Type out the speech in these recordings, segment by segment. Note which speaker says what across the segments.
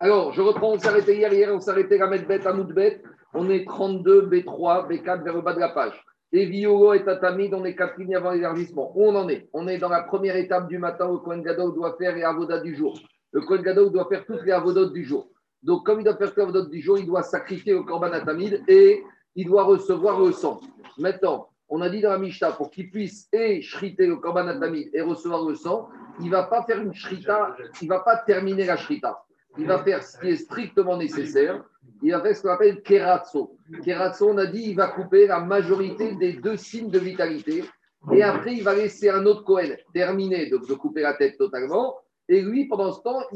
Speaker 1: Alors, je reprends, on s'est arrêté hier. Hier, on s'est arrêté à Medbet, à Moudbet. On est 32, B3, B4 vers le bas de la page. Et Violo et Tatamid, on est 4 lignes avant l'élargissement. Où on en est? On est dans la première étape du matin où le Kohen Gadol doit faire les avodas du jour. Le Kohen Gadol doit faire toutes les avodas du jour. Donc, comme il doit faire toutes les avodas du jour, il doit sacrifier le Korban Atamid et il doit recevoir le sang. Maintenant, on a dit dans la Mishnah, pour qu'il puisse shriter le Korban Atamid et recevoir le sang, il ne va pas faire une shrita, il ne va pas terminer la shrita. Il va faire ce qui est strictement nécessaire. Il va faire ce qu'on appelle keratso. Keratso, on a dit, il va couper la majorité des 2 signes de vitalité. Et après, il va laisser un autre Kohen terminer de couper la tête totalement. Et lui, pendant ce temps,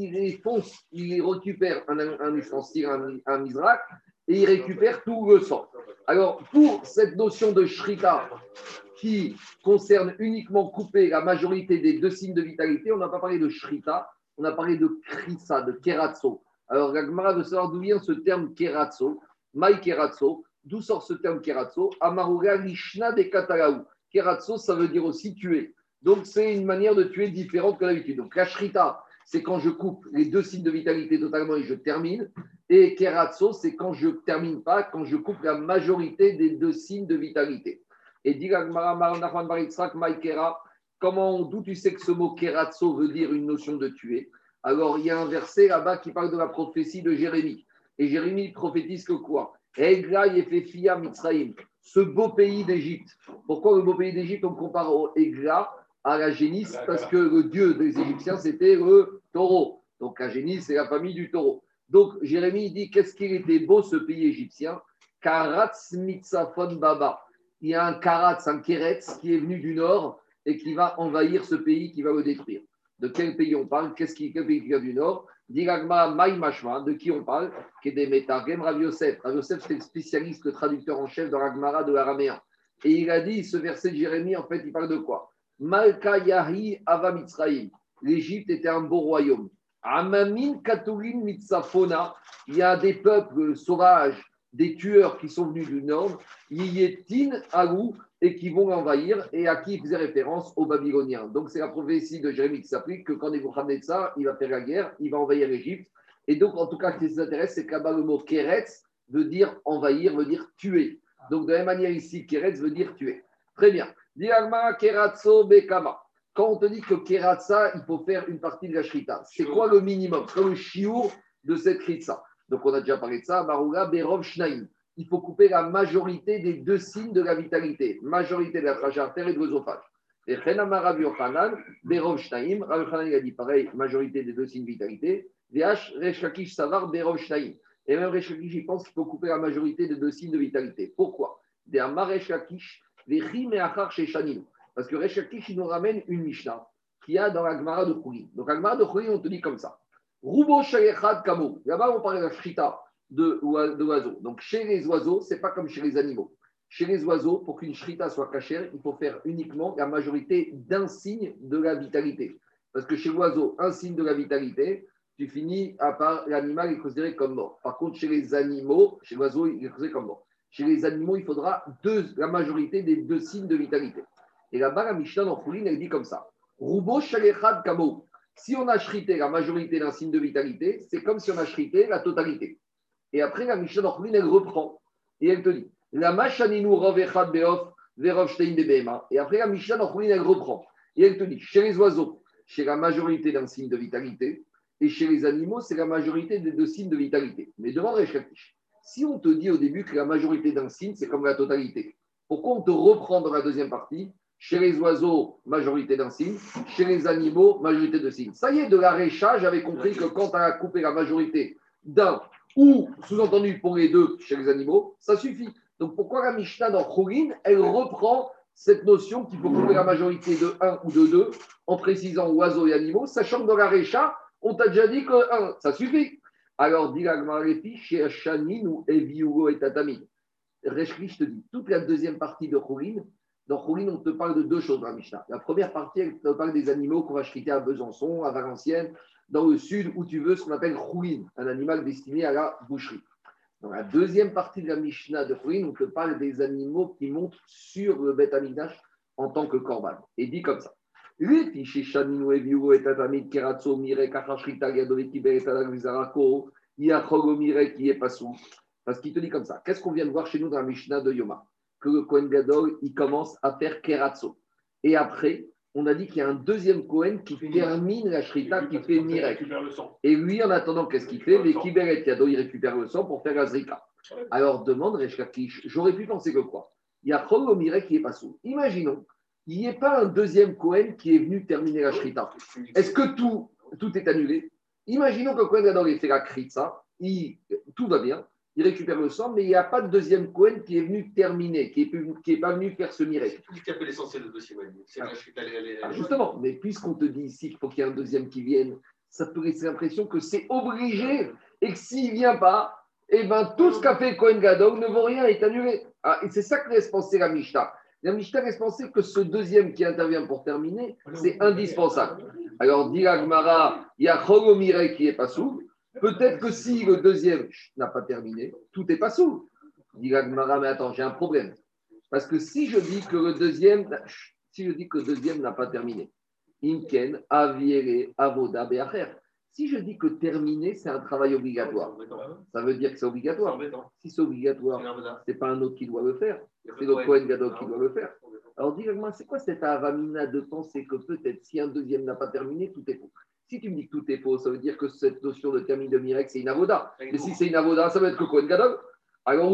Speaker 1: il récupère un ustensile, un misrak, et il récupère tout le sang. Alors, pour cette notion de shrita qui concerne uniquement couper la majorité des 2 signes de vitalité, on n'a pas parlé de shrita. On a parlé de krissa, de keratso. Alors, la Gemara veut savoir d'où vient ce terme keratso. Maï keratso. D'où sort ce terme keratso? Amaruga lishna de kataraou. Keratso, ça veut dire aussi tuer. Donc, c'est une manière de tuer différente que d'habitude. Donc, la shrita, c'est quand je coupe les 2 signes de vitalité totalement et je termine. Et keratso, c'est quand je ne termine pas, quand je coupe la majorité des 2 signes de vitalité. Et dit la Gemara, Maranachman Baritzrak, Maï kera. D'où tu sais que ce mot keratso veut dire une notion de tuer? Alors, il y a un verset là-bas qui parle de la prophétie de Jérémie. Et Jérémie prophétise que quoi? Egla Yefefia Mitzraïm, ce beau pays d'Égypte. Pourquoi le beau pays d'Égypte, on compare au Egla, à la génisse? Parce que le dieu des Égyptiens, c'était le taureau. Donc, la génisse, c'est la famille du taureau. Donc, Jérémie dit, qu'est-ce qu'il était beau, ce pays égyptien? Karatz Mitzafon Baba. Il y a un Karatz, un Keretz qui est venu du nord et qui va envahir ce pays, qui va le détruire. De quel pays on parle? Quel pays qui vient du nord? Diragma Maïmashma, de qui on parle? Kedemetargem Rav Yosef. Rav Yosef, c'était le spécialiste, le traducteur en chef dans l'Agmara de l'araméen. Et il a dit, ce verset de Jérémie, en fait, il parle de quoi? Malka Yahi Ava Mitzraïm. L'Égypte était un beau royaume. Amamin Katurin Mitzafona. Il y a des peuples sauvages, des tueurs qui sont venus du nord. Yiyetin Agou, et qui vont l'envahir, et à qui il faisait référence aux Babyloniens. Donc c'est la prophétie de Jérémie qui s'applique que quand Nebuchadnezzar, il va faire la guerre, il va envahir l'Égypte. Et donc, en tout cas, ce qui nous intéresse, c'est que là-bas, le mot Keretz veut dire envahir, veut dire tuer. Donc, de la même manière ici, Keretz veut dire tuer. Très bien. Diagma Keratso Bekama. Quand on te dit que Keratsa, il faut faire une partie de la Shrita, c'est quoi le minimum? C'est le chiour de cette Shrita. Donc, on a déjà parlé de ça. Marouga Berov Shnaim. Il faut couper la majorité des 2 signes de la vitalité, majorité de la trachée artère et de l'œsophage. Et Chenama Rav Yochanan, Berov Shnaim, Rav Yochanan il a dit pareil, majorité des 2 signes de vitalité, VH Resh Lakish Savar, Berov Shnaim. Et même Resh Lakish, il pense qu'il faut couper la majorité des 2 signes de vitalité. Pourquoi? Resh Lakish, Vechim et Achar Sheshanim. Parce que Resh Lakish, il nous ramène une Mishnah qu'il y a dans la Gemara de Choulin. Donc la Gemara de Choulin, on te dit comme ça. Rubo Shalechad Kamo. Là-bas, on parle de la Shrita de oiseaux. Donc, chez les oiseaux, ce n'est pas comme chez les animaux. Chez les oiseaux, pour qu'une shrita soit cachère, il faut faire uniquement la majorité d'un signe de la vitalité. Parce que chez l'oiseau, un signe de la vitalité, tu finis à part l'animal est considéré comme mort. Par contre, chez les animaux, chez l'oiseau, il est considéré comme mort. Chez les animaux, il faudra la majorité des 2 signes de vitalité. Et là-bas, la Mishnah dans Choulin, elle dit comme ça. Rubo shalechad kamo. Si on a shrité la majorité d'un signe de vitalité, c'est comme si on a shrité la totalité. Et après, la Mishnah d'Orchlin, elle reprend. Et elle te dit la Machaninu Rovechad Beof, Verovstein de Behema. Et après, la Mishnah d'Orchlin, elle reprend. Et elle te dit chez les oiseaux, c'est la majorité d'un signe de vitalité. Et chez les animaux, c'est la majorité des 2 signes de vitalité. Mais demande Resh Lakish. Si on te dit au début que la majorité d'un signe, c'est comme la totalité, pourquoi on te reprend dans la deuxième partie? Chez les oiseaux, majorité d'un signe. Chez les animaux, majorité de signes. Ça y est, de la Récha, j'avais compris que quand on a coupé la majorité d'un ou sous-entendu pour les 2 chez les animaux, ça suffit. Donc pourquoi la Mishnah dans Choulin, elle reprend cette notion qu'il faut couper la majorité de 1 ou de 2 en précisant oiseaux et animaux, sachant que dans la Récha, on t'a déjà dit que 1, ça suffit. Alors, dit la Gmarefi, chez Shanin ou Eviugo et Tatami. Reshki, je te dis, toute la deuxième partie de Choulin, dans Choulin, on te parle de 2 choses dans la Mishnah. La première partie, elle te parle des animaux qu'on va chriter à Besançon, à Valenciennes, dans le sud, où tu veux, ce qu'on appelle Choulin, un animal destiné à la boucherie. Dans la deuxième partie de la Mishnah de Choulin, on te parle des animaux qui montent sur le Beth Amikdash en tant que korban. Et dit comme ça. Les fichiers Shanin, Eviou et Tatamid, Keratso, Mirek, Achashrita, Yadovik, Kiber et Tadak, Vizarako, Yacholo, Mirek, qui est pas sous. Parce qu'il te dit comme ça. Qu'est-ce qu'on vient de voir chez nous dans la Mishnah de Yoma? Que le Kohen Gadol, il commence à faire Keratso. Et après, on a dit qu'il y a un deuxième Kohen qui termine la Shrita, qui fait Mirek. Et lui, en attendant, qu'est-ce qu'il fait? Les Kiber et Yado, il récupère le sang pour faire la Zrika. Alors demande Reshkakish, j'aurais pu penser que quoi? Il y a Chol Mirek qui est pas sous. Imaginons, il n'y ait pas un deuxième Kohen qui est venu terminer la Shrita. Est-ce que tout est annulé? Imaginons que Kohen Gadol ait fait la Kritza, tout va bien, il récupère le sang, mais il n'y a pas de deuxième Kohen qui est venu terminer, qui n'est pas venu faire ce Mirek.
Speaker 2: C'est qui a fait l'essentiel de dossier, c'est la Shrita.
Speaker 1: Justement, mais puisqu'on te dit ici qu'il faut qu'il y ait un deuxième qui vienne, ça peut laisser l'impression que c'est obligé et que s'il ne vient pas, eh ben, tout ce qu'a fait Kohen Gadol ne vaut rien, est annulé. Et c'est ça que laisse penser la Mishnah. La Mishnah laisse penser que ce deuxième qui intervient pour terminer, c'est indispensable. Alors, dit Agmara, il y a Chogomire qui est pas sous. Peut-être que si le deuxième n'a pas terminé, tout n'est pas sous. Dit Agmara, mais attends, j'ai un problème. Parce que si je dis que le deuxième n'a pas terminé, Inken, Aviere, Avoda, Beacher. Si je dis que terminer, c'est un travail obligatoire, ça veut dire que c'est obligatoire. Si c'est obligatoire, ce n'est pas un autre qui doit le faire, c'est le Kohen Gadol qui doit le faire. Alors dis-moi, c'est quoi cette avamina de penser que peut-être si un deuxième n'a pas terminé, tout est faux? Si tu me dis que tout est faux, ça veut dire que cette notion de termine de Mirek, c'est une avoda. Mais si c'est une avoda, ça veut être que Kohen Gadol. Alors,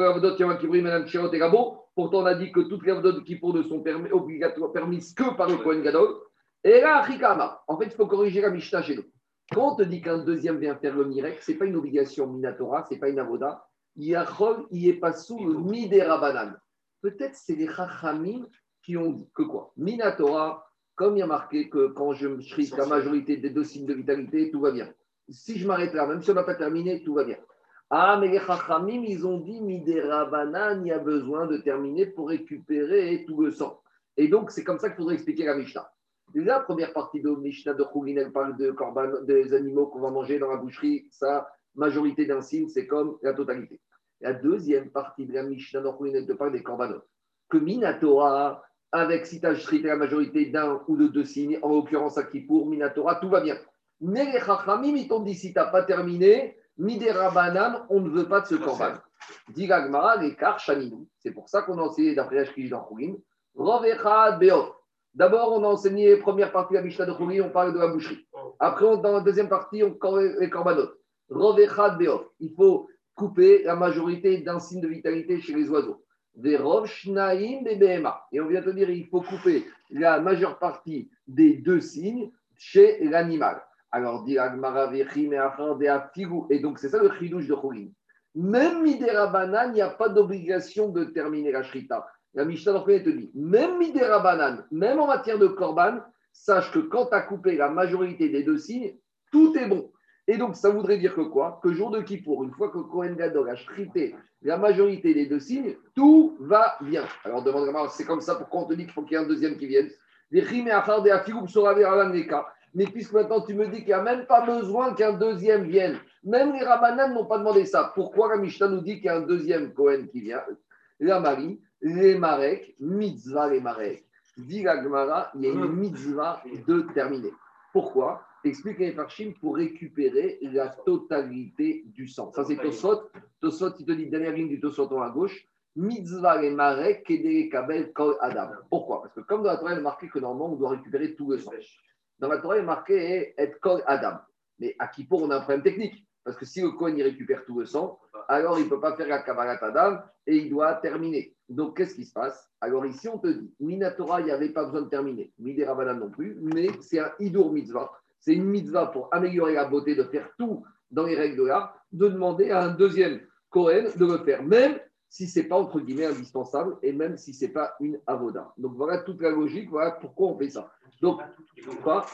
Speaker 1: pourtant on a dit que toutes les avodot qui ne sont obligatoires, permises que par le Kohen Gadol. Et là, Achikama, en fait, il faut corriger la Mishnah chez nous. Quand on te dit qu'un deuxième vient faire le Mirek, ce n'est pas une obligation Minatora, ce n'est pas une avoda. Yachol, il n'est pas sous le Miderabanan. Peut-être c'est les Chachamim qui ont dit que quoi? Minatora, comme il y a marqué que quand je shrik la majorité des deux signes de vitalité, tout va bien. Si je m'arrête là, même si on n'a pas terminé, tout va bien. Ah, mais les Chachamim, ils ont dit Miderabanan, il y a besoin de terminer pour récupérer tout le sang. Et donc, c'est comme ça qu'il faudrait expliquer la Mishnah. La première partie de Mishnah de Choulin, elle parle de korban, des animaux qu'on va manger dans la boucherie. Sa majorité d'un signe, c'est comme la totalité. La deuxième partie de la Mishnah de Choulin, elle te parle des korbanot. Que Minatora, avec si tu as shrité la majorité d'un ou de deux signes, en l'occurrence à Kippour, Minatora, tout va bien. Mais les Chachamim, ils t'ont dit si tu n'as pas terminé, Miderabanan, on ne veut pas de ce korban. Digagmara, les Karchaninou. C'est pour ça qu'on a enseigné d'après Ashkish dans Choulin. Rovechad Beot. D'abord, on a enseigné la première partie de la Mishnah de Chouli, on parle de la boucherie. Après, dans la deuxième partie, on parle des korbanot. Rovechad beof. Il faut couper la majorité d'un signe de vitalité chez les oiseaux. Verov shnaim bebehema. Et on vient te dire, il faut couper la majeure partie des deux signes chez l'animal. Alors, dit Agmara vechim et achar de afigu. Et donc, c'est ça le chidouche de Chouli. Même midera banane, il n'y a pas d'obligation de terminer la shrita. La Mishnah d'Orphée te dit, même Midera Banane, même en matière de Korban, sache que quand tu as coupé la majorité des deux signes, tout est bon. Et donc, ça voudrait dire que quoi? Que jour de Kippour, une fois que Kohen Gadol a shrité la majorité des deux signes, tout va bien. Alors, demande-moi, c'est comme ça, pourquoi on te dit qu'il faut qu'il y ait un deuxième qui vienne? Mais puisque maintenant tu me dis qu'il n'y a même pas besoin qu'un deuxième vienne, même les Rabbanan n'ont pas demandé ça. Pourquoi la Mishnah nous dit qu'il y a un deuxième Kohen qui vient? La Marie, les Marek, mitzvah les Marek. Dit la Gemara, il y a une mitzvah de terminer. Pourquoi? Explique les Farshim pour récupérer la totalité du sang. Ça, c'est Tosfot. Tosfot, il te dit, dernière ligne du Tosfot à gauche, mitzvah les Marek, kedere kabel kol adam. Pourquoi? Parce que comme dans la Torah, il est marqué que normalement, on doit récupérer tout le sang. Dans la Torah, il est marqué être kol adam. Mais à Kippour, on a un problème technique. Parce que si le Kohen il récupère tout le sang, alors il ne peut pas faire la Kabbalat Adam et il doit terminer. Donc qu'est-ce qui se passe? Alors ici on te dit, Minatora, il n'y avait pas besoin de terminer, Midera Banane non plus, mais c'est un Hidur Mitzvah. C'est une mitzvah pour améliorer la beauté, de faire tout dans les règles de l'art, de demander à un deuxième Kohen de le faire, même si ce n'est pas entre guillemets indispensable et même si ce n'est pas une avoda. Donc voilà toute la logique, voilà pourquoi on fait ça. Donc, quoi?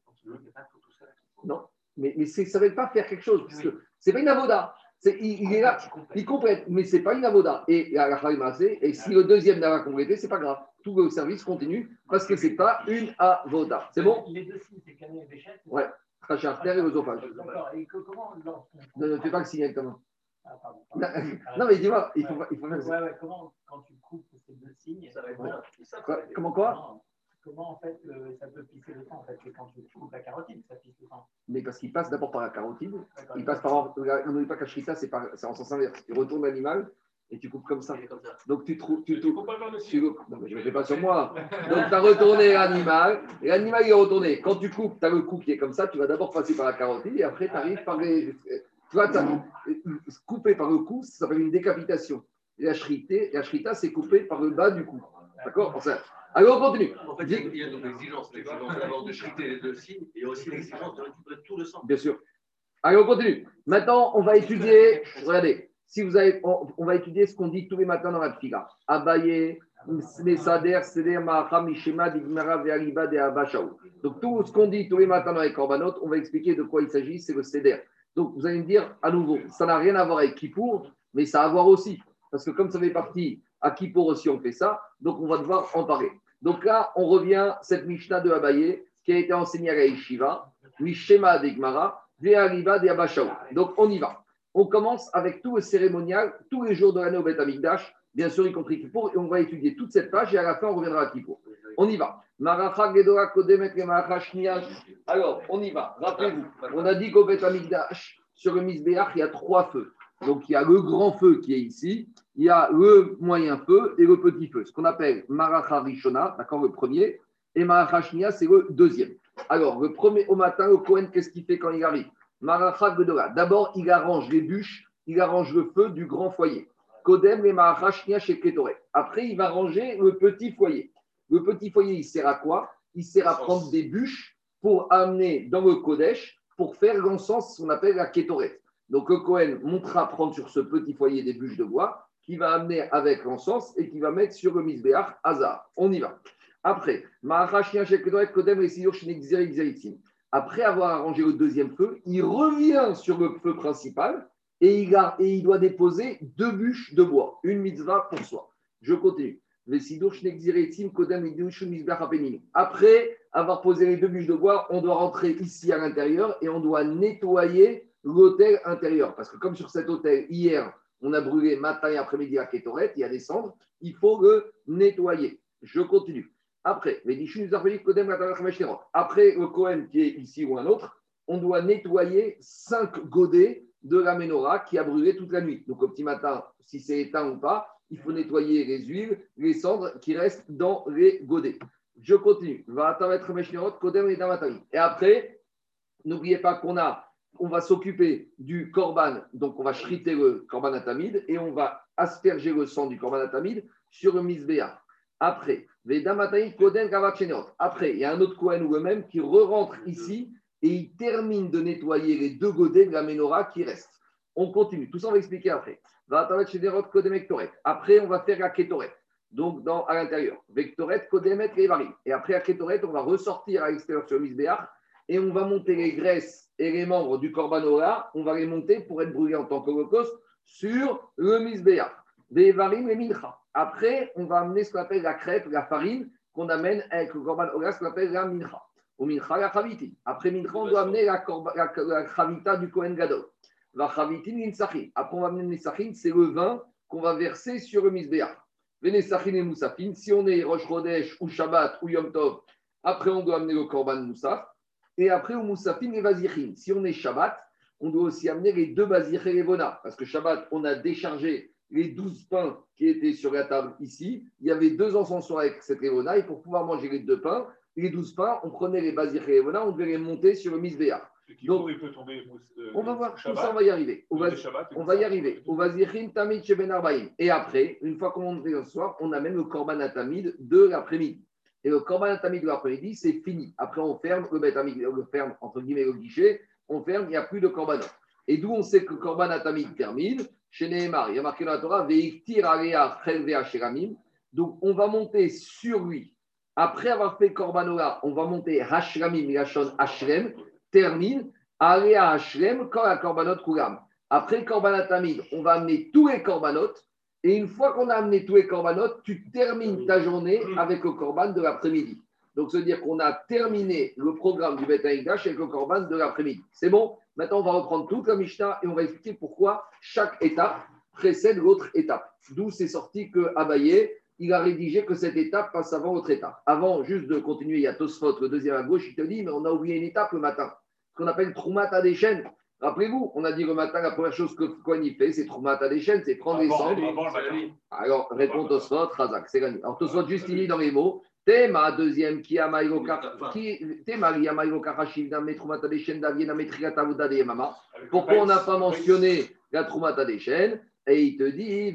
Speaker 1: Non. Mais ça ne veut pas faire quelque chose, parce que ce n'est pas une avoda. Il est là, il complète, mais ce n'est pas une avoda. Et si le deuxième n'a pas complété, ce n'est pas grave. Tout le service continue parce que ce n'est pas une avoda. C'est bon?
Speaker 3: Les deux signes, c'est canet et béchette.
Speaker 1: Ouais, crachet artère et l'œsophage.
Speaker 3: D'accord. Et comment
Speaker 1: Ne fais pas le signe avec ta main.
Speaker 3: Ah, pardon.
Speaker 1: Non, mais dis-moi, il faut faire ça.
Speaker 3: Ouais, comment, quand tu coupes ces deux signes, ça va être
Speaker 1: Comment quoi?
Speaker 3: Comment en fait ça peut pisser le sang en fait? C'est quand tu coupes la carotide, ça pisse le sang.
Speaker 1: Mais parce qu'il passe d'abord par la carotide,
Speaker 3: D'accord.
Speaker 1: il passe par. N'oublie pas qu'Ashrita, c'est en sens inverse. Tu retournes l'animal et tu coupes comme ça. Donc tu trouves.
Speaker 2: Tu ne faut pas le voir dessus.
Speaker 1: Non, mais je ne le fais pas sur moi. Donc tu as retourné l'animal, et l'animal il est retourné. Quand tu coupes, tu as le cou qui est comme ça, tu vas d'abord passer par la carotide et après tu arrives par les. Tu vois, couper par le cou, ça s'appelle une décapitation. Et la shrita, c'est coupé par le bas du cou. D'accord? Alors on continue.
Speaker 2: En fait, il y a donc l'exigence d'abord de shriter les deux signes et aussi l'exigence de récupérer tout le sang.
Speaker 1: Bien sûr. Allez, on continue. Maintenant, on va étudier. Regardez, si vous avez, on va étudier ce qu'on dit tous les matins dans la Tfilah. Abaye, Mesader, Seder, Maham, Mishema, Digmara, Ve'aliba, de Abashaou. Donc, tout ce qu'on dit tous les matins dans les Korbanot, on va expliquer de quoi il s'agit. C'est le Seder. Donc, vous allez me dire, à nouveau, ça n'a rien à voir avec Kippour, mais ça a à voir aussi. Parce que comme ça fait partie, à Kippour aussi, on fait ça. Donc, on va devoir en parler. Donc là, on revient, cette Mishnah de Abaye, qui a été enseignée à la Yeshiva, Mishema, Digmara, Ve'aliba, de Abashaou. Donc, on y va. On commence avec tout le cérémonial, tous les jours de l'année au Beth Amikdash, bien sûr, y compris Kippour, et on va étudier toute cette page, et à la fin, on reviendra à Kippour. On y va. Alors, on y va. Rappelez-vous, on a dit qu'au Beth Amikdash, sur le Misbéach, il y a 3 feux. Donc, il y a le grand feu qui est ici, il y a le moyen feu et le petit feu. Ce qu'on appelle Maracha Rishona, d'accord, le premier, et Maracha Shnia, c'est le deuxième. Alors, le premier, au matin, le Kohen, qu'est-ce qu'il fait quand il arrive? Maracha Gedola. D'abord, il arrange les bûches, il arrange le feu du grand foyer. Kodem et Maracha Shnia chez Ketoret. Après, il va ranger le petit foyer. Le petit foyer, il sert à quoi? Il sert à prendre des bûches pour amener dans le Kodesh, pour faire l'encens, ce qu'on appelle la Ketoret. Donc, le Kohen montera prendre sur ce petit foyer des bûches de bois qu'il va amener avec l'encens et qu'il va mettre sur le Misbéach Hazar. On y va. Après, après avoir arrangé le deuxième feu, il revient sur le feu principal et il doit déposer 2 bûches de bois, une mitzvah pour soi. Je continue. Après avoir posé les 2 bûches de bois, on doit rentrer ici à l'intérieur et on doit nettoyer l'autel intérieur. Parce que comme sur cet autel, hier, on a brûlé matin et après-midi à Kétoret, il y a des cendres, il faut le nettoyer. Je continue. Après, après le Kohen qui est ici ou un autre, on doit nettoyer 5 godets de la menorah qui a brûlé toute la nuit. Donc au petit matin, si c'est éteint ou pas, il faut nettoyer les huiles, les cendres qui restent dans les godets. Je continue. Et après, n'oubliez pas on va s'occuper du korban, donc on va shriter le korban atamid et on va asperger le sang du korban atamid sur le misbéach. Après, après, il y a un autre Kohen ou le même qui re-rentre ici et il termine de nettoyer les 2 godets de la menorah qui restent. On continue. Tout ça, on va expliquer après. Après, on va faire la Ketoret. Donc, à l'intérieur. Vectoret, Kodemet, Revarim. Et après, la Ketoret, on va ressortir à l'extérieur sur le Misbéach et on va monter les graisses et les membres du Korban Ola. On va les monter pour être brûlés en tant qu'holocauste sur le Misbéach. Vevarim et Mincha. Après, on va amener ce qu'on appelle la crêpe, la farine, qu'on amène avec le Korban Ola, ce qu'on appelle la Mincha. Au Mincha, la Chaviti. Après Mincha, on doit amener la Chavita du Kohen Gadol. La Chaviti, l'Insachin. Après, on va amener l'Insachin, c'est le vin qu'on va verser sur le Misbéach. L'Insachin et Moussafin. Si on est Rosh Chodesh ou Shabbat ou Yom Tov, après, on doit amener le Korban Moussaf. Et après, au Moussafin et Vazichin. Si on est Shabbat, on doit aussi amener les 2 Bazich et les Bona. Parce que Shabbat, on a déchargé les 12 pains qui étaient sur la table ici. Il y avait 2 encenseurs avec cette Révona. Et pour pouvoir manger les 2 pains, les 12 pains, on prenait les Bazich et les Révona, on devait les monter sur le Misbéach. Donc, il peut tomber, on va voir, Shabbat, tout ça, on va y arriver. On va y arriver. Au Vazichin, Tamid, Sheben Arbaïm. Et après, une fois qu'on monte le soir, on amène le Korban Atamid de l'après-midi. Et le Korban Atamid de l'après-midi, c'est fini. Après, on ferme le Beth Amikdash, on ferme, entre guillemets, le guichet, on ferme, il n'y a plus de Korbanot. Et d'où on sait que le Korban Atamid termine, chez Nehemar, il y a marqué dans la Torah, Veiktir Alea Chelvea Sheramim. Donc, on va monter sur lui. Après avoir fait Korbanola, on va monter Hashramim, Milachon Hashrem, termine, Alea Hashrem, quand la Korbanot Kulam. Après Korban Atamid, on va amener tous les Korbanot. Et une fois qu'on a amené tous les Korbanot, tu termines ta journée avec le Korban de l'après-midi. Donc, c'est-à-dire qu'on a terminé le programme du Beth Amikdash avec le Korban de l'après-midi. C'est bon? Maintenant, on va reprendre toute la Mishnah et on va expliquer pourquoi chaque étape précède l'autre étape. D'où c'est sorti que Abaye, il a rédigé que cette étape passe avant l'autre étape. Avant juste de continuer, il y a Tosfot, le deuxième à gauche, il te dit, mais on a oublié une étape le matin, ce qu'on appelle Troumat à des chaînes. Rappelez-vous, on a dit le matin, la première chose que Cohen il fait, c'est Troumat à des chaînes, c'est prendre les cendres. Alors, répond Tosfot, Razak, c'est la nuit. Alors, Tosfot juste il dit dans les mots, Théma, deuxième, qui a maïlo karachim, na metroumat à des chaînes, na metriata vuda de yamama. Pourquoi on n'a pas mentionné la Troumat à des chaînes? Et il te dit,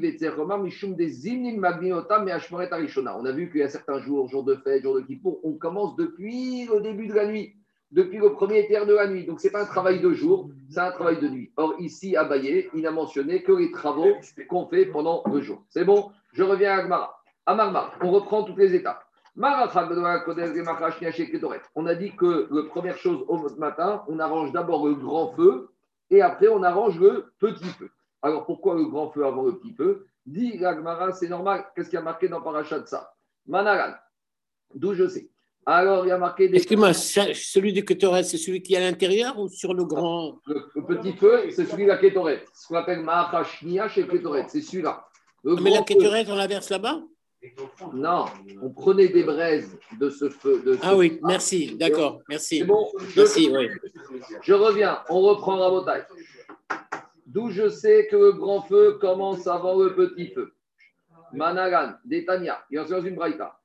Speaker 1: on a vu qu'il y a certains jours, jours de fête, jours de Kippour, on commence depuis le début de la nuit, depuis le premier tiers de la nuit. Donc, ce n'est pas un travail de jour, c'est un travail de nuit. Or, ici, à Baye, il n'a mentionné que les travaux qu'on fait pendant le jour. C'est bon, je reviens à Agmara. À Marmar, on reprend toutes les étapes. On a dit que la première chose au matin, on arrange d'abord le grand feu et après, on arrange le petit feu. Alors, pourquoi le grand feu avant le petit feu? Dit l'Agmara, c'est normal. Qu'est-ce qu'il y a marqué dans Parashat ça? Manaran, d'où je sais. Alors, il y a marqué des.
Speaker 4: Excuse-moi, celui du Ketoret, c'est celui qui est à l'intérieur ou sur le grand?
Speaker 1: Le petit feu, c'est celui de la Ketoret. Ce qu'on appelle Maachashnia chez Ketoret, c'est celui-là.
Speaker 4: Mais la Ketoret, on la verse là-bas?
Speaker 1: Non, on prenait des braises de ce feu.
Speaker 4: Oui, merci, d'accord, merci.
Speaker 1: C'est bon,
Speaker 4: merci, oui.
Speaker 1: Je reviens, on reprend Rabotai. D'où je sais que le grand feu commence avant le petit feu. Managan, Detania, il y a une braïta.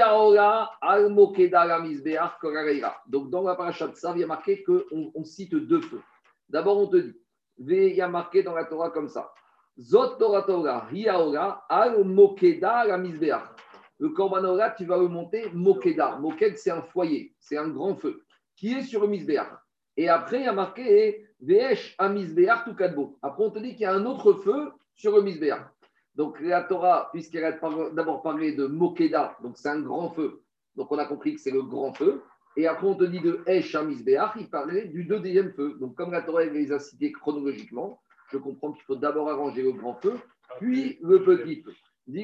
Speaker 1: Donc, dans la paracha de Sav, il y a marqué qu'on cite deux feux. D'abord, on te dit, il y a marqué dans la Torah comme ça. Zot Torah Torah, Hiaora, Al Mokeda la Misbeach. Le Korbanora, tu vas le monter Mokeda. Moked, c'est un foyer, c'est un grand feu qui est sur le Misbeach. Et après, il y a marqué Vesh à Misbeach tout Kadbo. Après, on te dit qu'il y a un autre feu sur le Misbeach. Donc, la Torah, puisqu'elle a d'abord parlé de Mokeda, donc c'est un grand feu. Donc, on a compris que c'est le grand feu. Et après, on te dit de Esh à Misbeach, il parlait du deuxième feu. Donc, comme la Torah les a cités chronologiquement, je comprends qu'il faut d'abord arranger le grand feu, puis le petit feu. Et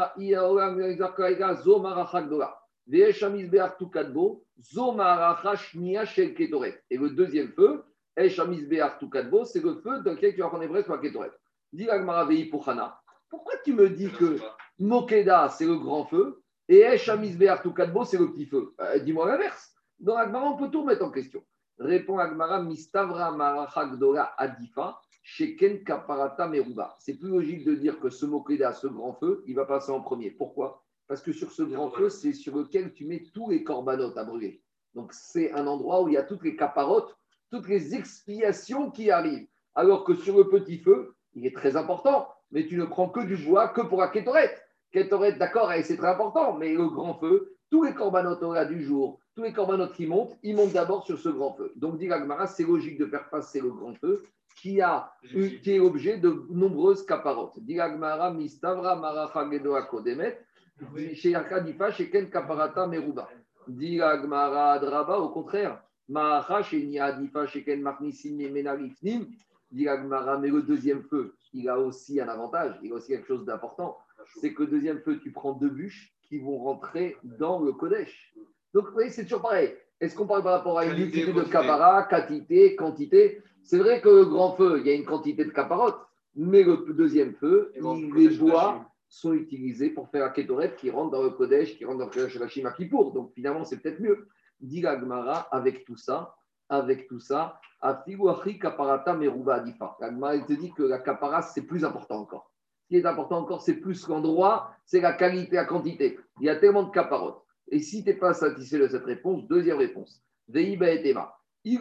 Speaker 1: le deuxième feu, c'est le feu dans lequel tu vas prendre les braises pour la Ketoret. Pourquoi tu me dis que Mokeda, c'est le grand feu, et Eshamisbeach Tukadbo, c'est le petit feu? Dis-moi l'inverse. Dans Agmara, on peut tout remettre en question. Répond Agmara, Mistavra Marachagdola Adifa. Sheken Kaparata Meruba. C'est plus logique de dire que ce Mokeda, ce grand feu, il va passer en premier. Pourquoi? Parce que sur ce grand feu, c'est sur lequel tu mets tous les corbanotes à brûler. Donc c'est un endroit où il y a toutes les caparotes, toutes les expiations qui arrivent. Alors que sur le petit feu, il est très important, mais tu ne prends que du bois que pour la Kétoret. Kétoret, d'accord, c'est très important, mais le grand feu, tous les corbanotes du jour, tous les corbanotes qui montent, ils montent d'abord sur ce grand feu. Donc dit l'Agmara, c'est logique de faire passer le grand feu qui est objet de nombreuses caparotes. Dilagmara, Mistavra, Maracha, Gedoa, Kodemet, Sheakadifa, Sheken, Kaparata, Meruba. Dilagmara, Draba, au contraire, Maracha, Sheniadifa, Sheken, Marnisim, Menarifnim. Dilagmara, mais le deuxième feu, il a aussi un avantage, il a aussi quelque chose d'important. C'est que le deuxième feu, tu prends deux bûches qui vont rentrer dans le Kodesh. Donc, vous voyez, c'est toujours pareil. Est-ce qu'on parle par rapport à une multitude de capara, quantité? C'est vrai que le grand feu, il y a une quantité de caparotes, mais le deuxième feu, les bois sont utilisés pour faire la kétoret qui rentre dans le Kodesh, qui rentre dans le Shima Kippour. Donc finalement, c'est peut-être mieux. Dit la Gemara, avec tout ça, Afiguachi Kaparata Meruba Adifa. La Gemara, elle te dit que la capara, c'est plus important encore. Ce qui est important encore, c'est plus l'endroit, c'est la qualité, la quantité. Il y a tellement de caparotes. Et si tu n'es pas satisfait de cette réponse, deuxième réponse. Veiba et Tema. Même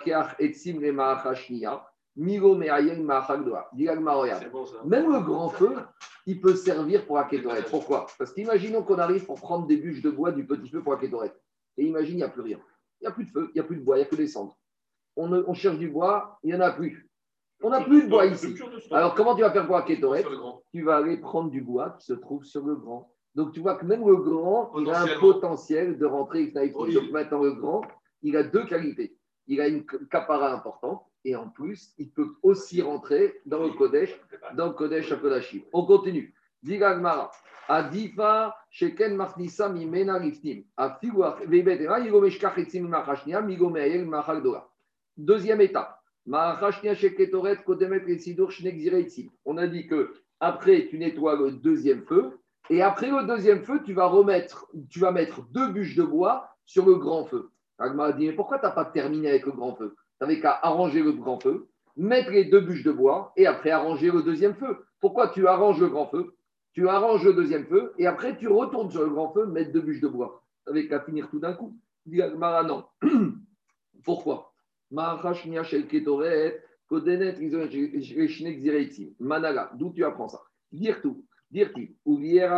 Speaker 1: le grand feu, il peut servir pour la kétoret. Pourquoi? Parce qu'imaginons qu'on arrive pour prendre des bûches de bois du petit feu pour la kétoret. Et imagine, il n'y a plus rien. Il n'y a plus de feu, il n'y a plus de bois, il n'y a que des cendres. On cherche du bois, il n'y en a plus. On n'a plus de bois ici. Alors comment tu vas faire pour la kétoret? Tu vas aller prendre du bois qui se trouve sur le grand. Donc tu vois que même le grand, il a un potentiel de rentrer. Donc maintenant le grand, il a deux qualités. Il a une capara importante et en plus, il peut aussi rentrer dans le Kodesh HaKodashim. On continue. Digagmara. Adifa sheken machnisa mimena lifnim. Afiguach veibetema yigomeshkach etzim machashnia migomeayel machagdola. Deuxième étape. Machashnia sheketoret kodemet esidur shnek zireitzim. On a dit que après tu nettoies le deuxième feu Et après le deuxième feu, tu vas mettre 2 bûches de bois sur le grand feu. Agma a dit, mais pourquoi tu n'as pas terminé avec le grand feu? Tu n'avais qu'à arranger le grand feu, mettre les 2 bûches de bois et après arranger le deuxième feu. Pourquoi tu arranges le grand feu, tu arranges le deuxième feu et après tu retournes sur le grand feu, mettre 2 bûches de bois? Tu n'avais qu'à finir tout d'un coup. Dit Agma, non. Pourquoi? Manala, d'où tu apprends ça? Dire tout. Dire-t-il, il y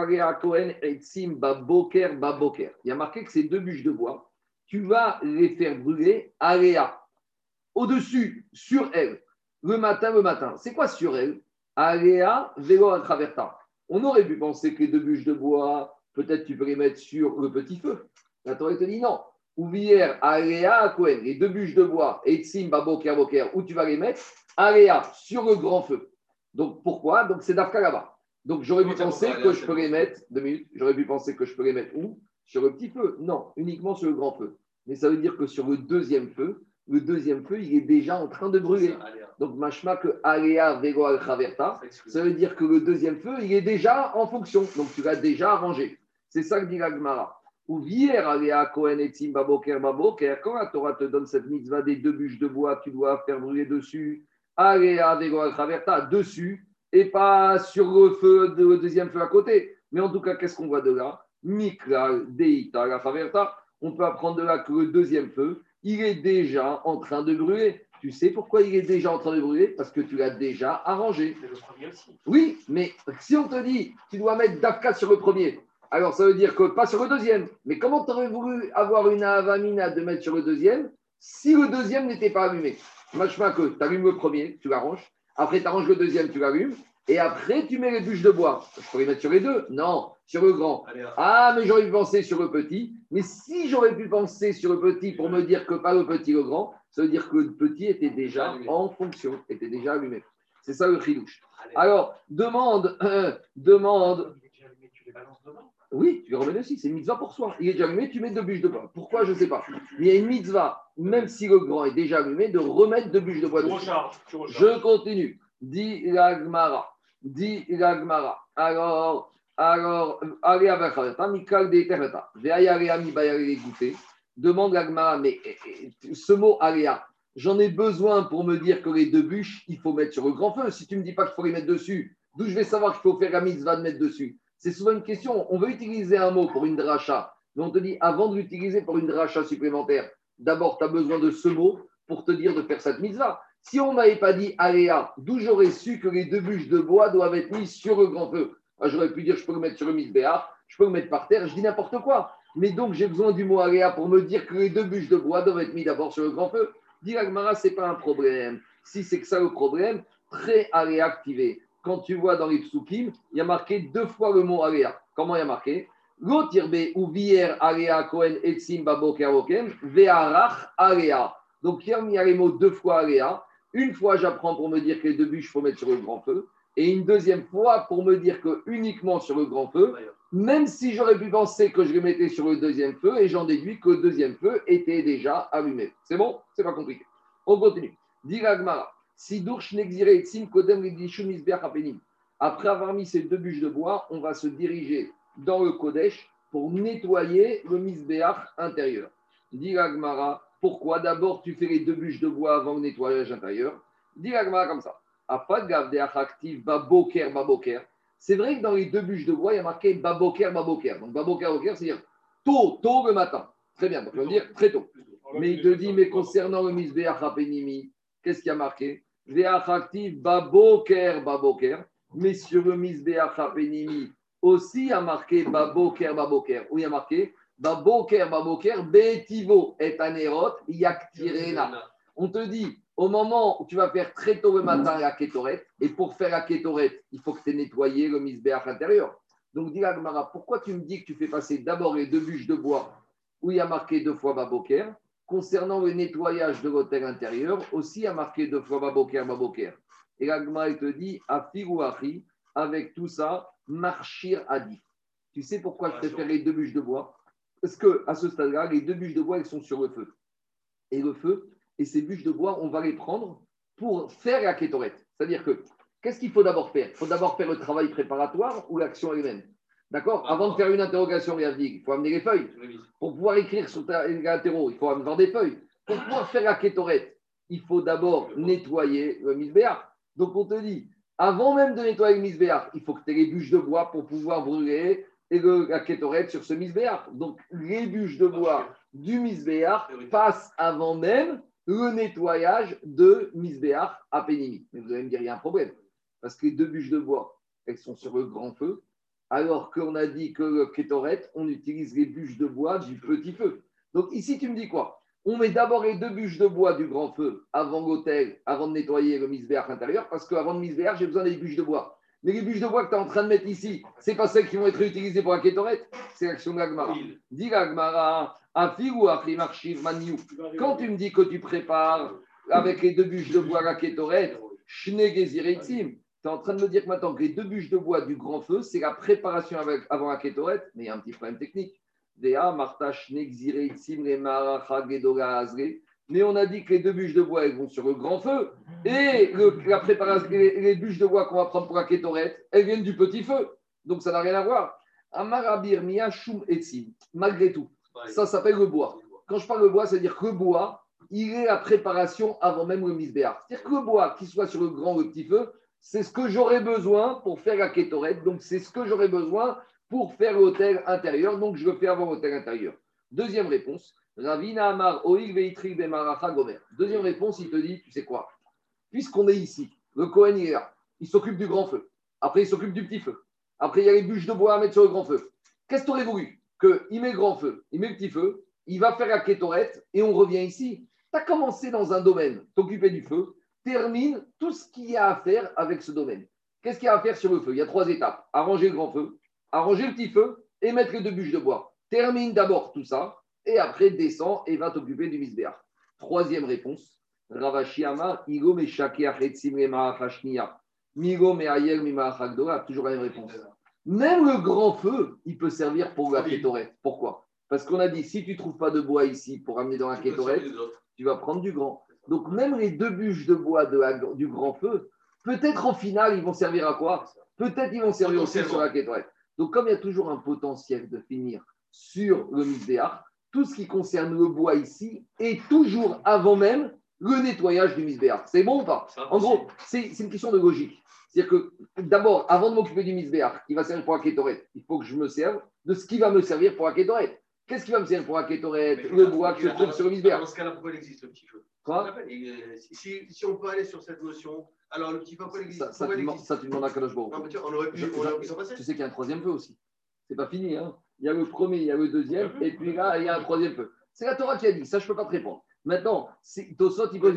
Speaker 1: a marqué que ces 2 bûches de bois, tu vas les faire brûler aléa, au-dessus, sur elles, le matin. C'est quoi sur elles? Aléa, vélo à traverta. On aurait pu penser que les 2 bûches de bois, peut-être tu peux les mettre sur le petit feu. La Torah te dit non. Ouvière, aléa, à Cohen, les 2 bûches de bois, et tsim, boker, où tu vas les mettre? Aléa, sur le grand feu. Donc pourquoi? Donc c'est d'Afka là-bas. Donc j'aurais pu penser que je peux les mettre, 2 minutes, j'aurais pu penser que je peux les mettre où? Sur le petit feu. Non, uniquement sur le grand feu. Mais ça veut dire que sur le deuxième feu, il est déjà en train de brûler. Donc machma que aléa vego al chaverta, ça veut dire que le deuxième feu, il est déjà en fonction. Donc tu l'as déjà arrangé. C'est ça que dit la Gemara. Ou hier aléa kohen etzim baboker, quand la Torah te donne cette mitzvah des 2 bûches de bois, tu dois faire brûler dessus. Aléa vego al chaverta, dessus. Et pas sur le deuxième feu à côté. Mais en tout cas, qu'est-ce qu'on voit de là? Mikra, Deita, la Faverta. On peut apprendre de là que le deuxième feu, il est déjà en train de brûler. Tu sais pourquoi il est déjà en train de brûler? Parce que tu l'as déjà arrangé.
Speaker 3: Mais le premier aussi.
Speaker 1: Oui, mais si on te dit, tu dois mettre Dafka sur le premier, alors ça veut dire que pas sur le deuxième. Mais comment tu aurais voulu avoir une avamina de mettre sur le deuxième si le deuxième n'était pas allumé? Machma que tu allumes le premier, tu l'arranges. Après, tu arranges le deuxième, tu l'allumes. Et après, tu mets les bûches de bois. Je pourrais mettre sur les 2? Non, sur le grand. Ah, mais j'aurais pu penser sur le petit. Mais si j'aurais pu penser sur le petit pour me dire que pas le petit, le grand, ça veut dire que le petit était déjà en fonction, était déjà allumé. C'est ça le chidouche. Alors, demande.
Speaker 3: Il est déjà allumé, tu les balances dedans.
Speaker 1: Oui, tu les remets dessus. C'est une mitzvah pour soi. Il est déjà allumé, tu mets 2 bûches de bois. Pourquoi? Je ne sais pas. Mais il y a une mitzvah, même si le grand est déjà allumé, de remettre 2 bûches de bois dessus. Je continue. Dit la Gemara. Alors, allez avec Mikal de Tereta. Demande la Gemara, mais ce mot aléa, j'en ai besoin pour me dire que les 2 bûches, il faut mettre sur le grand feu. Si tu ne me dis pas qu'il faut les mettre dessus, d'où je vais savoir qu'il faut faire la mitzvah de mettre dessus? C'est souvent une question. On veut utiliser un mot pour une dracha, mais on te dit avant de l'utiliser pour une dracha supplémentaire, d'abord, tu as besoin de ce mot pour te dire de faire cette mitzvah. Si on ne m'avait pas dit aléa, d'où j'aurais su que les 2 bûches de bois doivent être mises sur le grand feu? J'aurais pu dire je peux le mettre sur le misbéach, je peux le mettre par terre, je dis n'importe quoi. Mais donc j'ai besoin du mot aléa pour me dire que les 2 bûches de bois doivent être mises d'abord sur le grand feu. Dit Agmara, ce n'est pas un problème. Si c'est que ça le problème, très aléa activé. Quand tu vois dans les psukim, il y a marqué 2 fois le mot aléa. Comment il y a marqué? L'otirbe ou vier aléa kohen etzim babokerokem ve'arach aléa. Donc il y a les mots 2 fois aléa. Une fois, j'apprends pour me dire que les 2 bûches, il faut mettre sur le grand feu. Et une deuxième fois pour me dire que uniquement sur le grand feu, même si j'aurais pu penser que je les mettais sur le deuxième feu, et j'en déduis que le deuxième feu était déjà allumé. C'est bon? C'est pas compliqué. On continue. Dit l'Agmara. Après avoir mis ces 2 bûches de bois, on va se diriger dans le Kodesh pour nettoyer le misbéach intérieur. Dit l'Agmara, pourquoi d'abord tu fais les 2 bûches de bois avant le nettoyage intérieur? Dit l'Agmara comme ça. C'est vrai que dans les 2 bûches de bois, il y a marqué baboker. Donc baboker, c'est-à-dire tôt le matin. Très bien, donc on va dire très tôt. Mais il te dit, mais concernant le misbéach hapenimi, qu'est-ce qu'il y a marqué? Baboker. Mais sur le misbéach hapenimi aussi, il y a marqué baboker. Où il y a marqué baboker, betivo et anerot yaktirena. On te dit, au moment où tu vas faire très tôt le matin la kétoret, et pour faire la kétoret, il faut que tu aies nettoyé le misbéach intérieur. Donc, dis la Gemara, pourquoi tu me dis que tu fais passer d'abord les 2 bûches de bois où il y a marqué 2 fois baboker? Concernant le nettoyage de l'hôtel intérieur, aussi il y a marqué 2 fois baboker. Et la Gemara, te dit, afiru achi, avec tout ça, marchir adi. Tu sais pourquoi je préfère les 2 bûches de bois? Parce qu'à ce stade-là, les 2 bûches de bois, elles sont sur le feu. Et le feu, et ces bûches de bois, on va les prendre pour faire la kétorette. C'est-à-dire que, qu'est-ce qu'il faut d'abord faire? Il faut d'abord faire le travail préparatoire ou l'action elle-même? D'accord. Avant de faire une interrogation réavique, il faut amener les feuilles. Pour pouvoir écrire sur les latéraux, il faut avoir des feuilles. Pour pouvoir faire la kétorette, il faut d'abord nettoyer le misbéach. Donc, on te dit, avant même de nettoyer le misbéach, il faut que tu aies les bûches de bois pour pouvoir brûler la kétorette sur ce misbéach. Donc, les bûches de bois du misbéach passent avant même le nettoyage de misbéach à Pénimi. Mais vous allez me dire, il y a un problème. Parce que les deux bûches de bois, elles sont sur le grand feu, alors qu'on a dit que le kétorette, on utilise les bûches de bois du petit feu. Donc, ici, tu me dis quoi? On met d'abord les deux bûches de bois du grand feu avant l'autel, avant de nettoyer le misbéach intérieur, parce qu'avant le misbéach, j'ai besoin des bûches de bois. Mais les bûches de bois que tu es en train de mettre ici, ce n'est pas celles qui vont être utilisées pour la kétorette, c'est l'action de l'agmara. Dis l'agmara, afil ou afil archiv maniou. Quand tu me dis que tu prépares avec les deux bûches de bois la kétorette, shnegezireitzim, tu es en train de me dire que maintenant que les deux bûches de bois du grand feu, c'est la préparation avant la kétorette, mais il y a un petit problème technique. Mais on a dit que les deux bûches de bois, elles vont sur le grand feu. Et la préparation, les bûches de bois qu'on va prendre pour la kétorette, elles viennent du petit feu. Donc ça n'a rien à voir. Amarabir miyashum etsim. Malgré tout, ça s'appelle le bois. Quand je parle de bois, c'est-à-dire que le bois, il est la préparation avant même le misbéach. C'est-à-dire que le bois, qu'il soit sur le grand ou le petit feu, c'est ce que j'aurais besoin pour faire la kétorette. Donc c'est ce que j'aurais besoin pour faire l'hôtel intérieur, donc je le fais avant l'hôtel intérieur. Deuxième réponse, Ravina Amar Oig Veitri Bemaracha Gomer. Deuxième réponse, il te dit, tu sais quoi? Puisqu'on est ici, le Kohen il est là, il s'occupe du grand feu, après il s'occupe du petit feu, après il y a les bûches de bois à mettre sur le grand feu. Qu'est-ce que tu aurais voulu? Qu'il met le grand feu, il met le petit feu, il va faire la kétorette et on revient ici. Tu as commencé dans un domaine, t'occuper du feu, termine tout ce qu'il y a à faire avec ce domaine. Qu'est-ce qu'il y a à faire sur le feu? Il y a 3 étapes. Arranger le grand feu, arranger le petit feu et mettre les deux bûches de bois. Termine d'abord tout ça et après descends et va t'occuper du misbéach. Troisième réponse. Ravashi Amar, Igo me shakeachetzim le marachashniya. Migo me ayel mi marachagdola. Toujours la même réponse. Même le grand feu, il peut servir pour la kétorette. Pourquoi? Parce qu'on a dit, si tu ne trouves pas de bois ici pour amener dans la kétorette, tu vas prendre du grand. Donc même les deux bûches de bois du grand feu, peut-être au final, ils vont servir à quoi? Peut-être ils vont servir aussi sur la kétorette. Donc, comme il y a toujours un potentiel de finir sur le misbéach, tout ce qui concerne le bois ici est toujours avant même le nettoyage du misbéach. C'est bon ou pas? En gros, c'est une question de logique. C'est-à-dire que d'abord, avant de m'occuper du misbéach, qui va servir pour la kétorette, il faut que je me serve de ce qui va me servir pour la kétorette. Qu'est-ce qui va me servir pour la kétorette? Le bois qui se trouve sur le misbéach.
Speaker 2: Dans ce cas-là, pourquoi il existe le petit feu?
Speaker 1: Quoi?
Speaker 2: Si on peut aller sur cette notion, alors le petit feu, pourquoi il existe?
Speaker 1: Ça, tu demandes à Kadosh Baruch.
Speaker 2: On aurait pu s'en passer.
Speaker 1: Tu sais qu'il y a un troisième feu aussi. C'est pas fini. Hein. Il y a le premier, il y a le deuxième, et puis là, il y a un troisième feu. C'est la Torah qui a dit. Ça, je ne peux pas te répondre. Maintenant, Tosot, il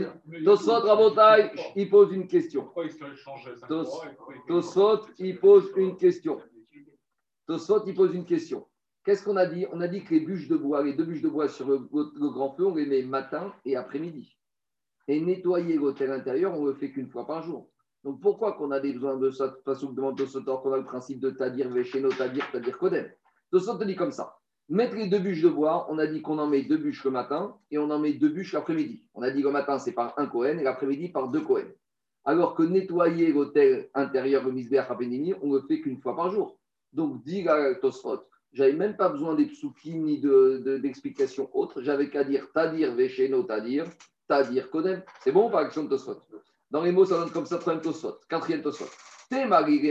Speaker 1: pose une question.
Speaker 5: Pourquoi il se change
Speaker 1: Tosot, il pose une question. Tosot, il pose une question. Qu'est-ce qu'on a dit? On a dit que les bûches de bois, les deux bûches de bois sur le grand feu, on les met matin et après-midi. Et nettoyer l'hôtel intérieur, on ne le fait qu'une fois par jour. Donc pourquoi qu'on a besoin de ça? De toute façon, demande Tosot, qu'on a le principe de Tadir, Vesheno, Tadir Kodem. Tosot te dit comme ça. Mettre les deux bûches de bois, on a dit qu'on en met deux bûches le matin et on en met deux bûches l'après-midi. On a dit le matin, c'est par un Kohen et l'après-midi par deux Kohen. Alors que nettoyer l'hôtel intérieur, le misbéach à Pénimi, on ne le fait qu'une fois par jour. Donc, dit Tosot, j'avais même pas besoin des psukim ni d'explications autres. J'avais qu'à dire Tadir, Vesheno, Tadir Kodem. C'est bon par action de Tosot. Dans les mots, ça donne comme ça, troisième Tosot. Quatrième Tosot. Les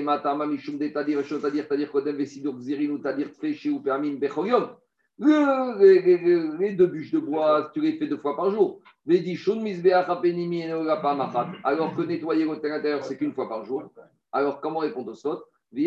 Speaker 1: deux bûches de bois, tu les fais 2 fois par jour. Alors que nettoyer l'hôtel intérieur, c'est qu'une fois par jour. Alors, comment répondre au sot?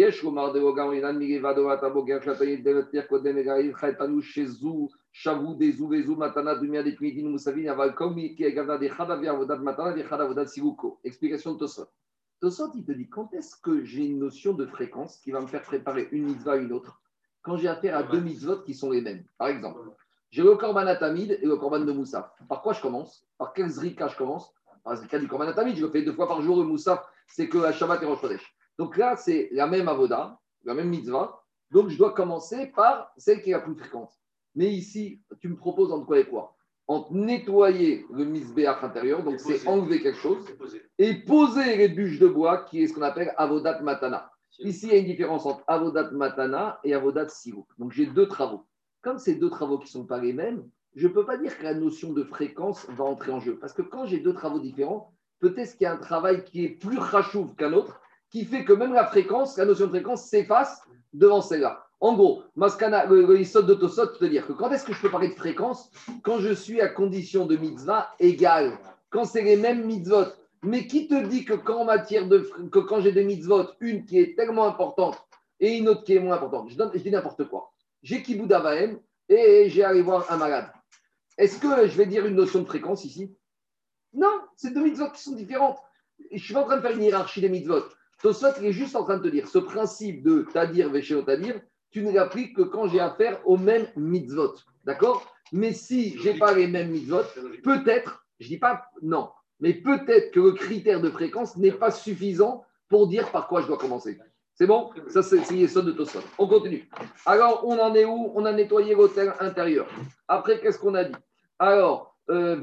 Speaker 1: Explication de Tosot. Tosot, il te dit, quand est-ce que j'ai une notion de fréquence qui va me faire préparer une mitzvah à une autre? Quand j'ai affaire à deux mitzvot qui sont les mêmes. Par exemple, j'ai le korban atamid et le korban de moussaf. Par quoi je commence? Par quel zrika je commence? Par le zrika du korban atamid, je le fais 2 fois par jour. Le moussaf, c'est que à Shabbat et Rosh Chodesh. Donc là, c'est la même avoda, la même mitzvah. Donc je dois commencer par celle qui est la plus fréquente. Mais ici, tu me proposes entre quoi et quoi? Entre nettoyer le misbéach intérieur, donc c'est enlever quelque chose, et poser les bûches de bois, qui est ce qu'on appelle avodat matana. Ici, il y a une différence entre avodat matana et avodat sirouk. Donc, j'ai deux travaux. Comme ces deux travaux qui ne sont pas les mêmes, je ne peux pas dire que la notion de fréquence va entrer en jeu. Parce que quand j'ai deux travaux différents, peut-être qu'il y a un travail qui est plus rachouv qu'un autre, qui fait que même la fréquence, la notion de fréquence s'efface devant celle-là. En gros, Maskana, le Yisod de Tosot, te dire que quand est-ce que je peux parler de fréquence? Quand je suis à condition de mitzvah égale, quand c'est les mêmes mitzvot. Mais qui te dit que quand j'ai des mitzvot, une qui est tellement importante et une autre qui est moins importante? Je dis n'importe quoi. J'ai Kibbout Avahem et j'ai allé voir un malade. Est-ce que je vais dire une notion de fréquence ici? Non, c'est deux mitzvot qui sont différentes. Je suis pas en train de faire une hiérarchie des mitzvot. Tosot, il est juste en train de te dire, ce principe de Tadir, Véchéo, Tadir, tu ne l'appliques que quand j'ai affaire aux mêmes mitzvot. D'accord? Mais si je n'ai pas les mêmes mitzvot, peut-être, je ne dis pas non, mais peut-être que le critère de fréquence n'est pas suffisant pour dire par quoi je dois commencer. C'est bon? Ça, c'est Yesod de Tosot. On continue. Alors, on en est où? On a nettoyé l'hôtel intérieur. Après, qu'est-ce qu'on a dit? Alors, on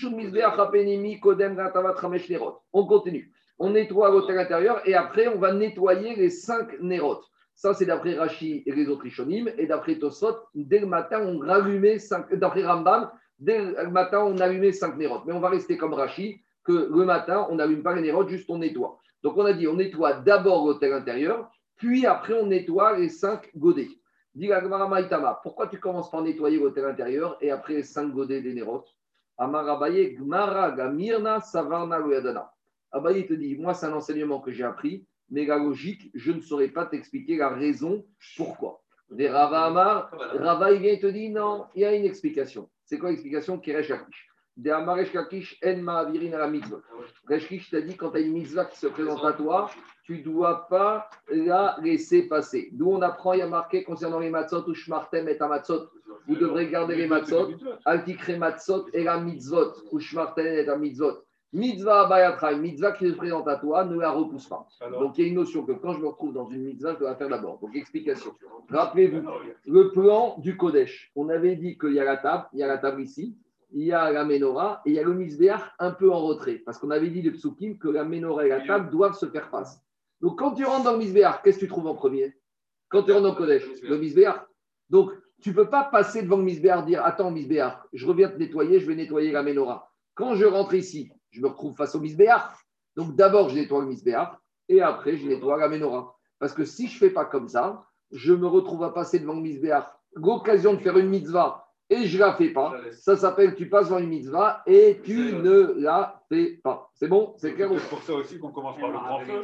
Speaker 1: continue. On nettoie l'hôtel intérieur et après, on va nettoyer les 5 nérotes. Ça, c'est d'après Rashi et les autres Rishonim. Et d'après Tosot, dès le matin, on rallumait 5. D'après Rambam, dès le matin, on allumait 5 nérotes. Mais on va rester comme Rashi, que le matin, on n'allume pas les nérotes, juste on nettoie. Donc, on a dit, on nettoie d'abord l'hôtel intérieur, puis après, on nettoie les 5 godets. Dit la Gemara Maïtama, pourquoi tu commences par nettoyer l'hôtel intérieur et après les 5 godets des nérotes? Amarabaye, Gmara, Gamirna, Savarna, Loyadana. Abaye te dit, moi, c'est un enseignement que j'ai appris, mais la logique, je ne saurais pas t'expliquer la raison pourquoi. Des Rava Amar, Rava, il vient et te dit, non, il y a une explication. C'est quoi l'explication? Keresh Lakish. Des Amaresh Lakish, En Ma'avirin à la mitzvah. Resh t'a dit, quand tu as une mitzvah qui se présente à toi, tu ne dois pas la laisser passer. D'où on apprend, il y a marqué concernant les matzot, ou shmartem et amatzot, vous devrez garder les matzot, altikre matzot et la mitzvot, ou shmartem et la mitzvot. Mitzvah abayatra, mitzvah qui se présente à toi, ne la repousse pas. Donc il y a une notion que quand je me retrouve dans une mitzvah, je dois la faire d'abord. Donc explication. Rappelez-vous, le plan du Kodesh. On avait dit qu'il y a la table ici, il y a la menorah et il y a le misbéach un peu en retrait. Parce qu'on avait dit de Psukim que la menorah et la table doivent se faire face. Donc quand tu rentres dans le misbéach, qu'est-ce que tu trouves en premier? Quand tu rentres dans le Kodesh, le misbéach. Donc tu ne peux pas passer devant le misbéach dire attends misbéach, je reviens te nettoyer, je vais nettoyer la menorah. Quand je rentre ici, je me retrouve face au misbéach. Donc d'abord, je nettoie le misbéach et après, je nettoie la menorah. Parce que si je ne fais pas comme ça, je me retrouve à passer devant le misbéach. L'occasion de faire une mitzvah et je ne la fais pas. Ça s'appelle tu passes devant une mitzvah et tu ne la fais pas. C'est bon? C'est clair?
Speaker 5: C'est pour ça aussi qu'on commence par le grand feu.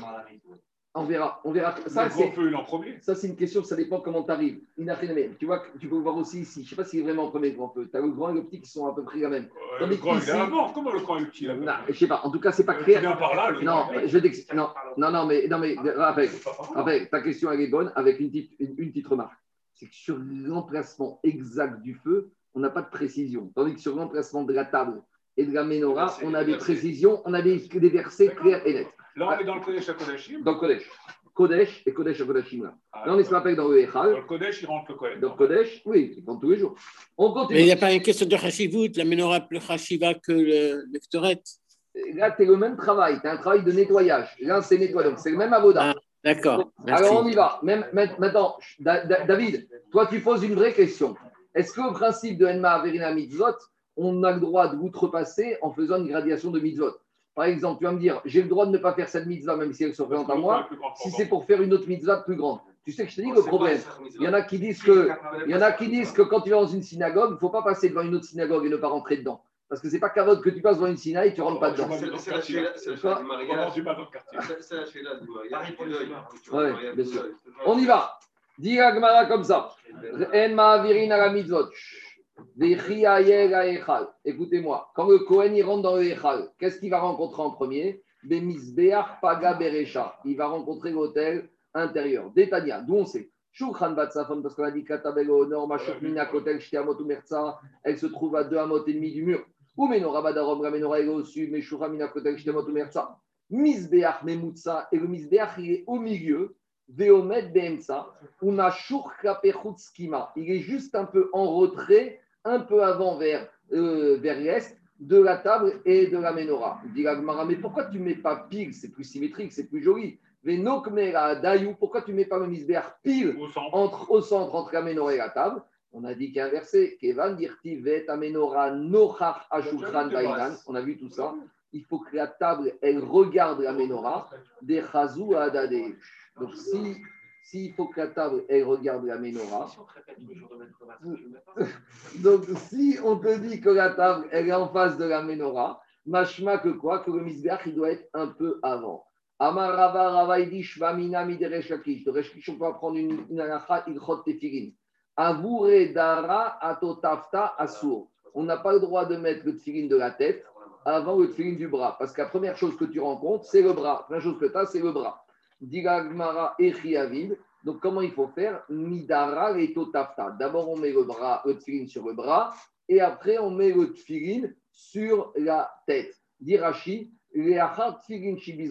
Speaker 1: On verra. Ça,
Speaker 5: le grand feu, il est en premier.
Speaker 1: Ça, c'est une question, ça dépend comment tu arrives. Tu vois, tu peux voir aussi ici. Je ne sais pas s'il est vraiment en premier le grand feu. Tu as le grand et le petit qui sont à peu près la même.
Speaker 5: Le grand, il est avant. Comment le grand et le petit là?
Speaker 1: Non, je ne sais pas. En tout cas, c'est pas clair.
Speaker 5: Tu viens par là.
Speaker 1: Non, mais rappelle, ta question, elle est bonne avec une petite remarque. C'est que sur l'emplacement exact du feu, on n'a pas de précision. Tandis que sur l'emplacement de la table et de la menorah, on a des précisions, on a des versets clairs et nets.
Speaker 5: Là, on est dans le Kodesh à Kodashim.
Speaker 1: Dans le Kodesh. Kodesh et Kodesh à Kodashim. Là, on est ce qu'on appelle dans le Echal.
Speaker 5: Dans le Kodesh, il rentre le Kodesh.
Speaker 1: Dans le Kodesh, oui, il rentre tous les jours. On continue.
Speaker 4: Mais il n'y a pas une question de Hashivut, la menorah plus Hashiva que le Ktoret.
Speaker 1: Là, tu es le même travail, tu as un travail de nettoyage. Là, c'est nettoyage, donc c'est le même avoda.
Speaker 4: Ah, d'accord. Merci.
Speaker 1: Alors, on y va. Maintenant, David, toi, tu poses une vraie question. Est-ce qu'au principe de Enma Averina Mitzvot, on a le droit de l'outrepasser en faisant une gradation de Mitzvot? Par exemple, tu vas me dire, j'ai le droit de ne pas faire cette mitzvah, même si elle se présente à moi, si c'est pour faire une autre mitzvah plus grande. Tu sais que je te dis le problème. Il y en a qui disent que quand tu vas dans une synagogue, il ne faut pas passer devant une autre synagogue et ne pas rentrer dedans. Parce que ce n'est pas carotte que tu passes devant une synagogue et tu ne rentres pas dedans.
Speaker 2: C'est la Sheila du mariage. C'est la Sheila du mariage.
Speaker 1: Oui, bien sûr. On y va. Dis la Gemara comme ça. En ma'avirin ala mitzvot. Écoutez-moi, quand le Kohen il rentre dans le Echal, qu'est-ce qu'il va rencontrer en premier? Paga Berecha. Il va rencontrer l'hôtel intérieur. Détania, d'où on sait. Shulchan Batsafon, parce qu'on a dit Katabel au nord, Mashukmina Kotel, Shtiamot Merza, elle se trouve à 2 amot et demi du mur. Ou Menora Badarom, la Menora est au sud, Meshuramina Kotel, Shtiamot Merza. Misbeach Memutsa, et le Misbeach il est au milieu. Veomet Beemsa, Umashur Kapechutskima. Il est juste un peu en retrait, un peu avant vers l'est de la table et de la menorah. Il dit la Gemara, mais pourquoi tu ne mets pas pile? C'est plus symétrique, c'est plus joli. Venokmera Dayou, pourquoi tu ne mets pas le misbéach pile au centre entre la menorah et la table? On a dit qu'il y a un verset, Kevan dirti vet amenora nochach ashulchan bainan. On a vu tout ça. Il faut que la table, elle regarde la menorah des chazou à adade. Donc, s'il faut que la table, elle regarde la menorah. Donc, si on te dit que la table, elle est en face de la menorah, machma que quoi? Que le misbeach, il doit être un peu avant. Amar Rava, Rava, il dit, Shvamina mideresh lakish. De Resh Lakish, on peut apprendre une halakha, il chot tefilin. Avoure dara atotafta asur. On n'a pas le droit de mettre le tefilin de la tête avant le tefilin du bras. Parce que la première chose que tu rencontres, c'est le bras. La première chose que tu as, c'est le bras. Diga Gmara echiavid. Donc, comment il faut faire? Midara et totafta. D'abord, on met le tefilin sur le bras. Et après, on met le tefilin sur la tête. Dirachi. Parce que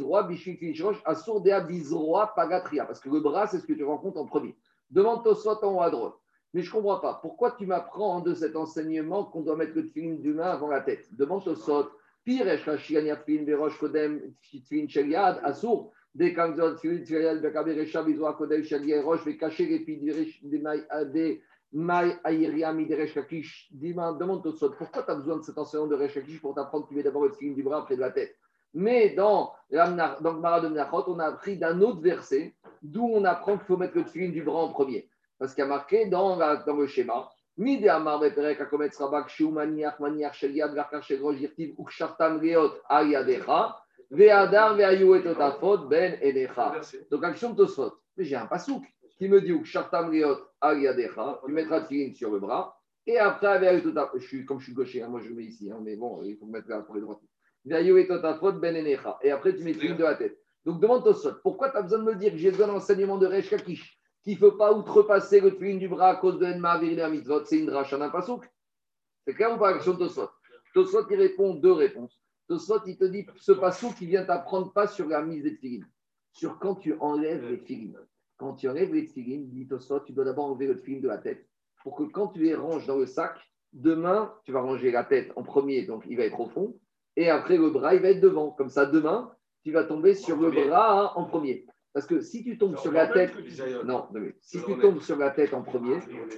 Speaker 1: le bras, c'est ce que tu rencontres en premier. Demande Tosfot en haut à droite. Mais je ne comprends pas. Pourquoi tu m'apprends de cet enseignement qu'on doit mettre le tefilin du main avant la tête? Demande Tosfot. Piresh Rashiania Tefilin Verosh Kodem Tefilin Sheliad Asur. Des Kamzot Tefilin Sheliad Bekabe Resha Bizroa Kodem Sheliad Rosh Vekaché les filles des Maï Aïria Mideresh Lakish. Demande Tosfot. Pourquoi tu as besoin de cet enseignement de Resh Lakish pour t'apprendre que tu mets d'abord le tefilin du bras après de la tête? Mais dans Gemara de Menachot, on a appris d'un autre verset d'où on apprend qu'il faut mettre le tefilin du bras en premier. Parce qu'il y a marqué dans le schéma, Mide Amar Beperek Akometz Rabak Shiu Maniach Maniach Sheliad Garkar Shegrosh Yirtiv Ukshartam Reot Ayadecha Ve'adar Ve'ayu Etotafot Ben Enecha. Donc action de Tosfot. Mais j'ai un pasouk qui me dit Ukshartam Reot Ayadecha. Tu mettras le tefilin sur le bras et après Ve'ayu Etotafot. Comme je suis gaucher, moi je le mets ici, mais bon, il faut me mettre là pour les droites. Et après, tu mets le de la tête. Donc, demande Tosfot, pourquoi tu as besoin de me dire que j'ai besoin d'enseignement de Resh Lakish qu'il ne faut pas outrepasser le tefilin du bras à cause de Enma, Virina, Mitzvot? C'est une drache en un pasouk. C'est clair ou pas, l'action de Tosfot? Tosfot, il répond deux réponses. Tosfot, il te dit ce pasouk qui vient t'apprendre pas sur la mise des tefilin, sur quand tu enlèves les tefilin. Quand tu enlèves les tefilin, dit Tosfot, tu dois d'abord enlever le tefilin de la tête pour que quand tu les ranges dans le sac, demain, tu vas ranger la tête en premier, donc il va être au fond. Et après, le bras, il va être devant. Comme ça, demain, tu vas tomber sur le bras en premier. Parce que si tu tombes sur la tête... Non, si tu tombes sur la tête en premier,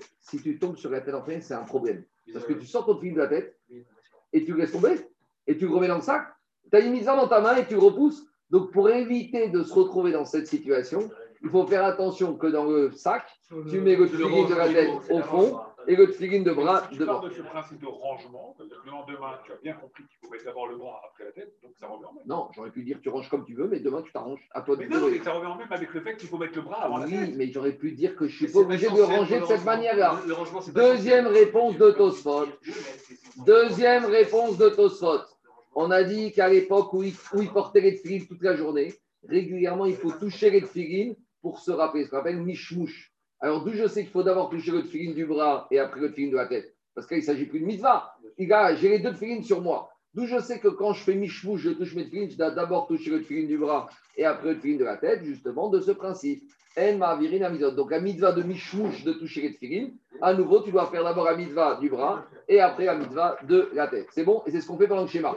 Speaker 1: c'est un problème. Parce que tu sors ton fil de la tête et tu le laisses tomber et tu le remets dans le sac. Tu as une mise dans ta main et tu le repousses. Donc, pour éviter de se retrouver dans cette situation, il faut faire attention que dans le sac, tu mets le tefilin de la tête au fond et le tefilin de bras devant.
Speaker 5: Tu parles de ce principe de rangement, c'est-à-dire que le lendemain, tu as bien compris qu'il faut mettre d'abord le bras après la tête, donc ça revient en même.
Speaker 1: Non, j'aurais pu dire tu ranges comme tu veux, mais demain tu t'arranges à toi de
Speaker 5: non, mais ça revient en même avec le fait qu'il faut mettre le bras avant la tête.
Speaker 1: Oui, mais j'aurais pu dire que je ne suis pas obligé de ranger de cette manière-là. Deuxième réponse de Tosfot. Deuxième réponse de Tosfot. On a dit qu'à l'époque où il portait les tefilines toute la journée, régulièrement il faut toucher les tefilines pour se rappeler, ce qu'on appelle mishmouch. Alors, d'où je sais qu'il faut d'abord toucher le tefilin du bras et après le tefilin de la tête? Parce qu'il ne s'agit plus de mitzvah. J'ai les deux tefilines sur moi. D'où je sais que quand je fais mishmouch, je touche mes tefilines, je dois d'abord toucher le tefilin du bras et après le tefilin de la tête, justement, de ce principe. Donc, la mitzvah de mishmouch, de toucher les tefilines, à nouveau, tu dois faire d'abord la mitzvah du bras et après la mitzvah de la tête. C'est bon? Et c'est ce qu'on fait pendant le schéma.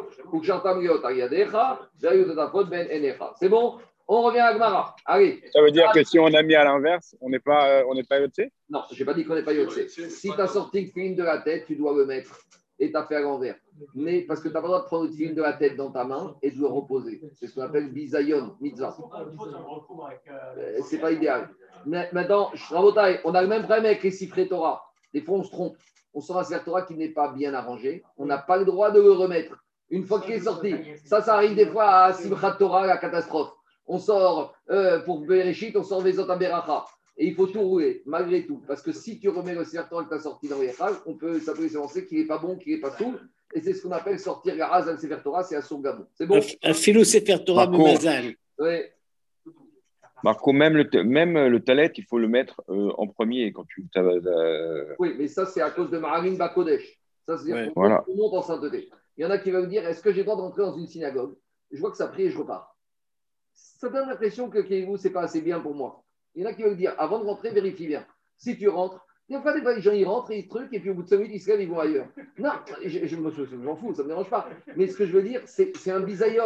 Speaker 1: C'est bon? On revient à Gemara. Allez.
Speaker 6: Ça veut dire que si on a mis à l'inverse, on n'est pas yotzé?
Speaker 1: Non, je n'ai pas dit qu'on n'est pas yotzé. Si tu as sorti le film de la tête, tu dois le mettre et tu as fait à l'envers. Mais parce que tu n'as pas le droit de prendre le film de la tête dans ta main et de le reposer. C'est ce qu'on appelle bisayon, mitzvah. C'est pas idéal. Mais maintenant, on a le même problème avec les sifrei Torah. Des fois, on se trompe. On sort un sifrei Torah qui n'est pas bien arrangé. On n'a pas le droit de le remettre. Une fois qu'il est sorti. Ça arrive des fois à Simchat Torah, la catastrophe. On sort pour Bereshit, on sort Vezot Beracha. Et il faut tout rouler, malgré tout. Parce que si tu remets le Sefer Torah que tu as sorti dans Yechal, ça peut laisser penser qu'il n'est pas bon, qu'il n'est pas sourd. Et c'est ce qu'on appelle sortir la race dans le Sefer Torah, c'est un sourd gabon. C'est bon?
Speaker 4: Un philo Sefer Torah Bemazal.
Speaker 1: Oui.
Speaker 6: Marco, même le talet, il faut le mettre en premier quand tu.
Speaker 1: Oui, mais ça, c'est à cause de Maharin Bakodesh. Ça, c'est-à-dire qu'on monte en sainteté. Il y en a qui veulent dire est-ce que j'ai le droit d'entrer dans une synagogue? Je vois que ça prie et je repars. Ça donne l'impression que Kéhou, ce n'est pas assez bien pour moi. Il y en a qui veulent dire, avant de rentrer, vérifie bien. Si tu rentres, des fois, les gens, ils rentrent, ils truquent, et puis au bout de 5 minutes, ils se lèvent, ils vont ailleurs. Non, je m'en fous, ça ne me dérange pas. Mais ce que je veux dire, c'est un bisayon.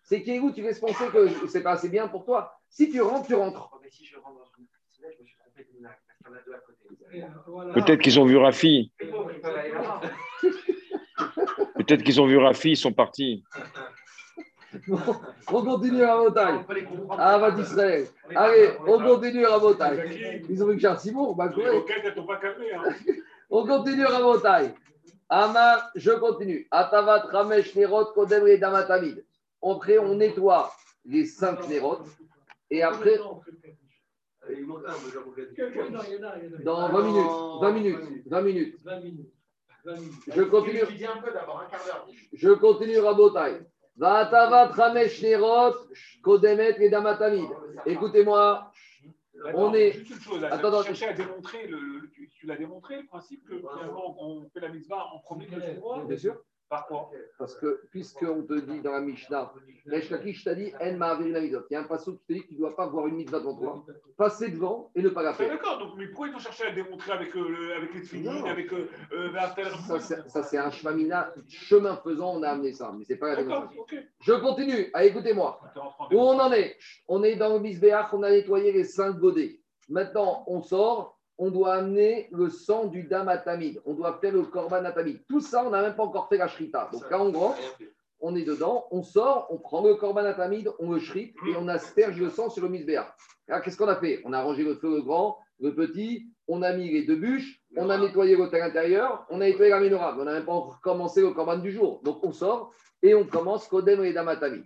Speaker 1: C'est Kéhilou, tu laisses penser que c'est pas assez bien pour toi. Si tu rentres, tu rentres.
Speaker 3: Mais si je rentre dans une piscine, je me suis trompé de lac, parce qu'il y en a deux à côté.
Speaker 6: Peut-être qu'ils ont vu Rafi.
Speaker 3: Les pauvres, ils peuvent aller là-bas.
Speaker 6: Peut-être qu'ils ont vu Rafi, ils sont partis.
Speaker 1: Bon, on continue à montagne.
Speaker 3: On peut les comprendre.
Speaker 1: Ah, va d'Israël. Allez, on continue à montagne. Ils ont vu que j'ai un Simon, bah,
Speaker 5: Les
Speaker 1: courir.
Speaker 5: roquettes, elles t'ont pas calmé. Hein.
Speaker 1: On continue à montagne. Amar, je continue. Atavat Ramesh Nerot Kodem et Damatamid. Après, on nettoie les 5 Nerot. Et après,
Speaker 2: Il manque un, mais j'ai regretté.
Speaker 1: dans 20 minutes. Je continue.
Speaker 3: Tu dis un peu d'abord, un quart d'heure.
Speaker 1: Je continue Rabotai. Vatavat Ramesh Nerot Kodemet et Damatamid. Écoutez-moi. On est.
Speaker 5: Juste une chose, là,
Speaker 1: Attends,
Speaker 5: tu cherchais à démontrer, tu l'as démontré, le principe que finalement on fait la mitzvah en premier que le droit.
Speaker 1: Bien sûr.
Speaker 5: Par quoi?
Speaker 1: Parce que, puisqu'on te dit dans la Mishnah, Resh Lakish t'a dit, En Ma'avirin Amidot. Il y a un passage qui te dit que tu ne dois pas voir une mitzvah devant toi, passer devant et ne pas la
Speaker 5: Ah,
Speaker 1: faire.
Speaker 5: d'accord, donc, mais pourquoi ils ont cherché à le démontrer avec les tefillin, avec Vertel
Speaker 1: Ça, c'est un shmamina, chemin faisant, on a amené ça, mais ce n'est pas la
Speaker 5: D'accord,
Speaker 1: démonstration.
Speaker 5: ok.
Speaker 1: Je continue, allez, écoutez-moi.
Speaker 5: T'es en train
Speaker 1: Où on en est? On est dans le Misbéach, on a nettoyé les 5 godets. Maintenant, on sort, on doit amener le sang du dam atamid. On doit faire le korban atamid. Tout ça, on n'a même pas encore fait la shrita. Donc là, on rentre, on est dedans, on sort, on prend le korban atamid, on le shrite et on asperge le sang sur le misbéach. Là, qu'est-ce qu'on a fait? On a rangé le feu, le grand, le petit, on a mis les 2 bûches, on a nettoyé l'hôtel intérieur, on a nettoyé la menorah. On n'a même pas encore commencé le korban du jour. Donc on sort et on commence kodem et dam atamid.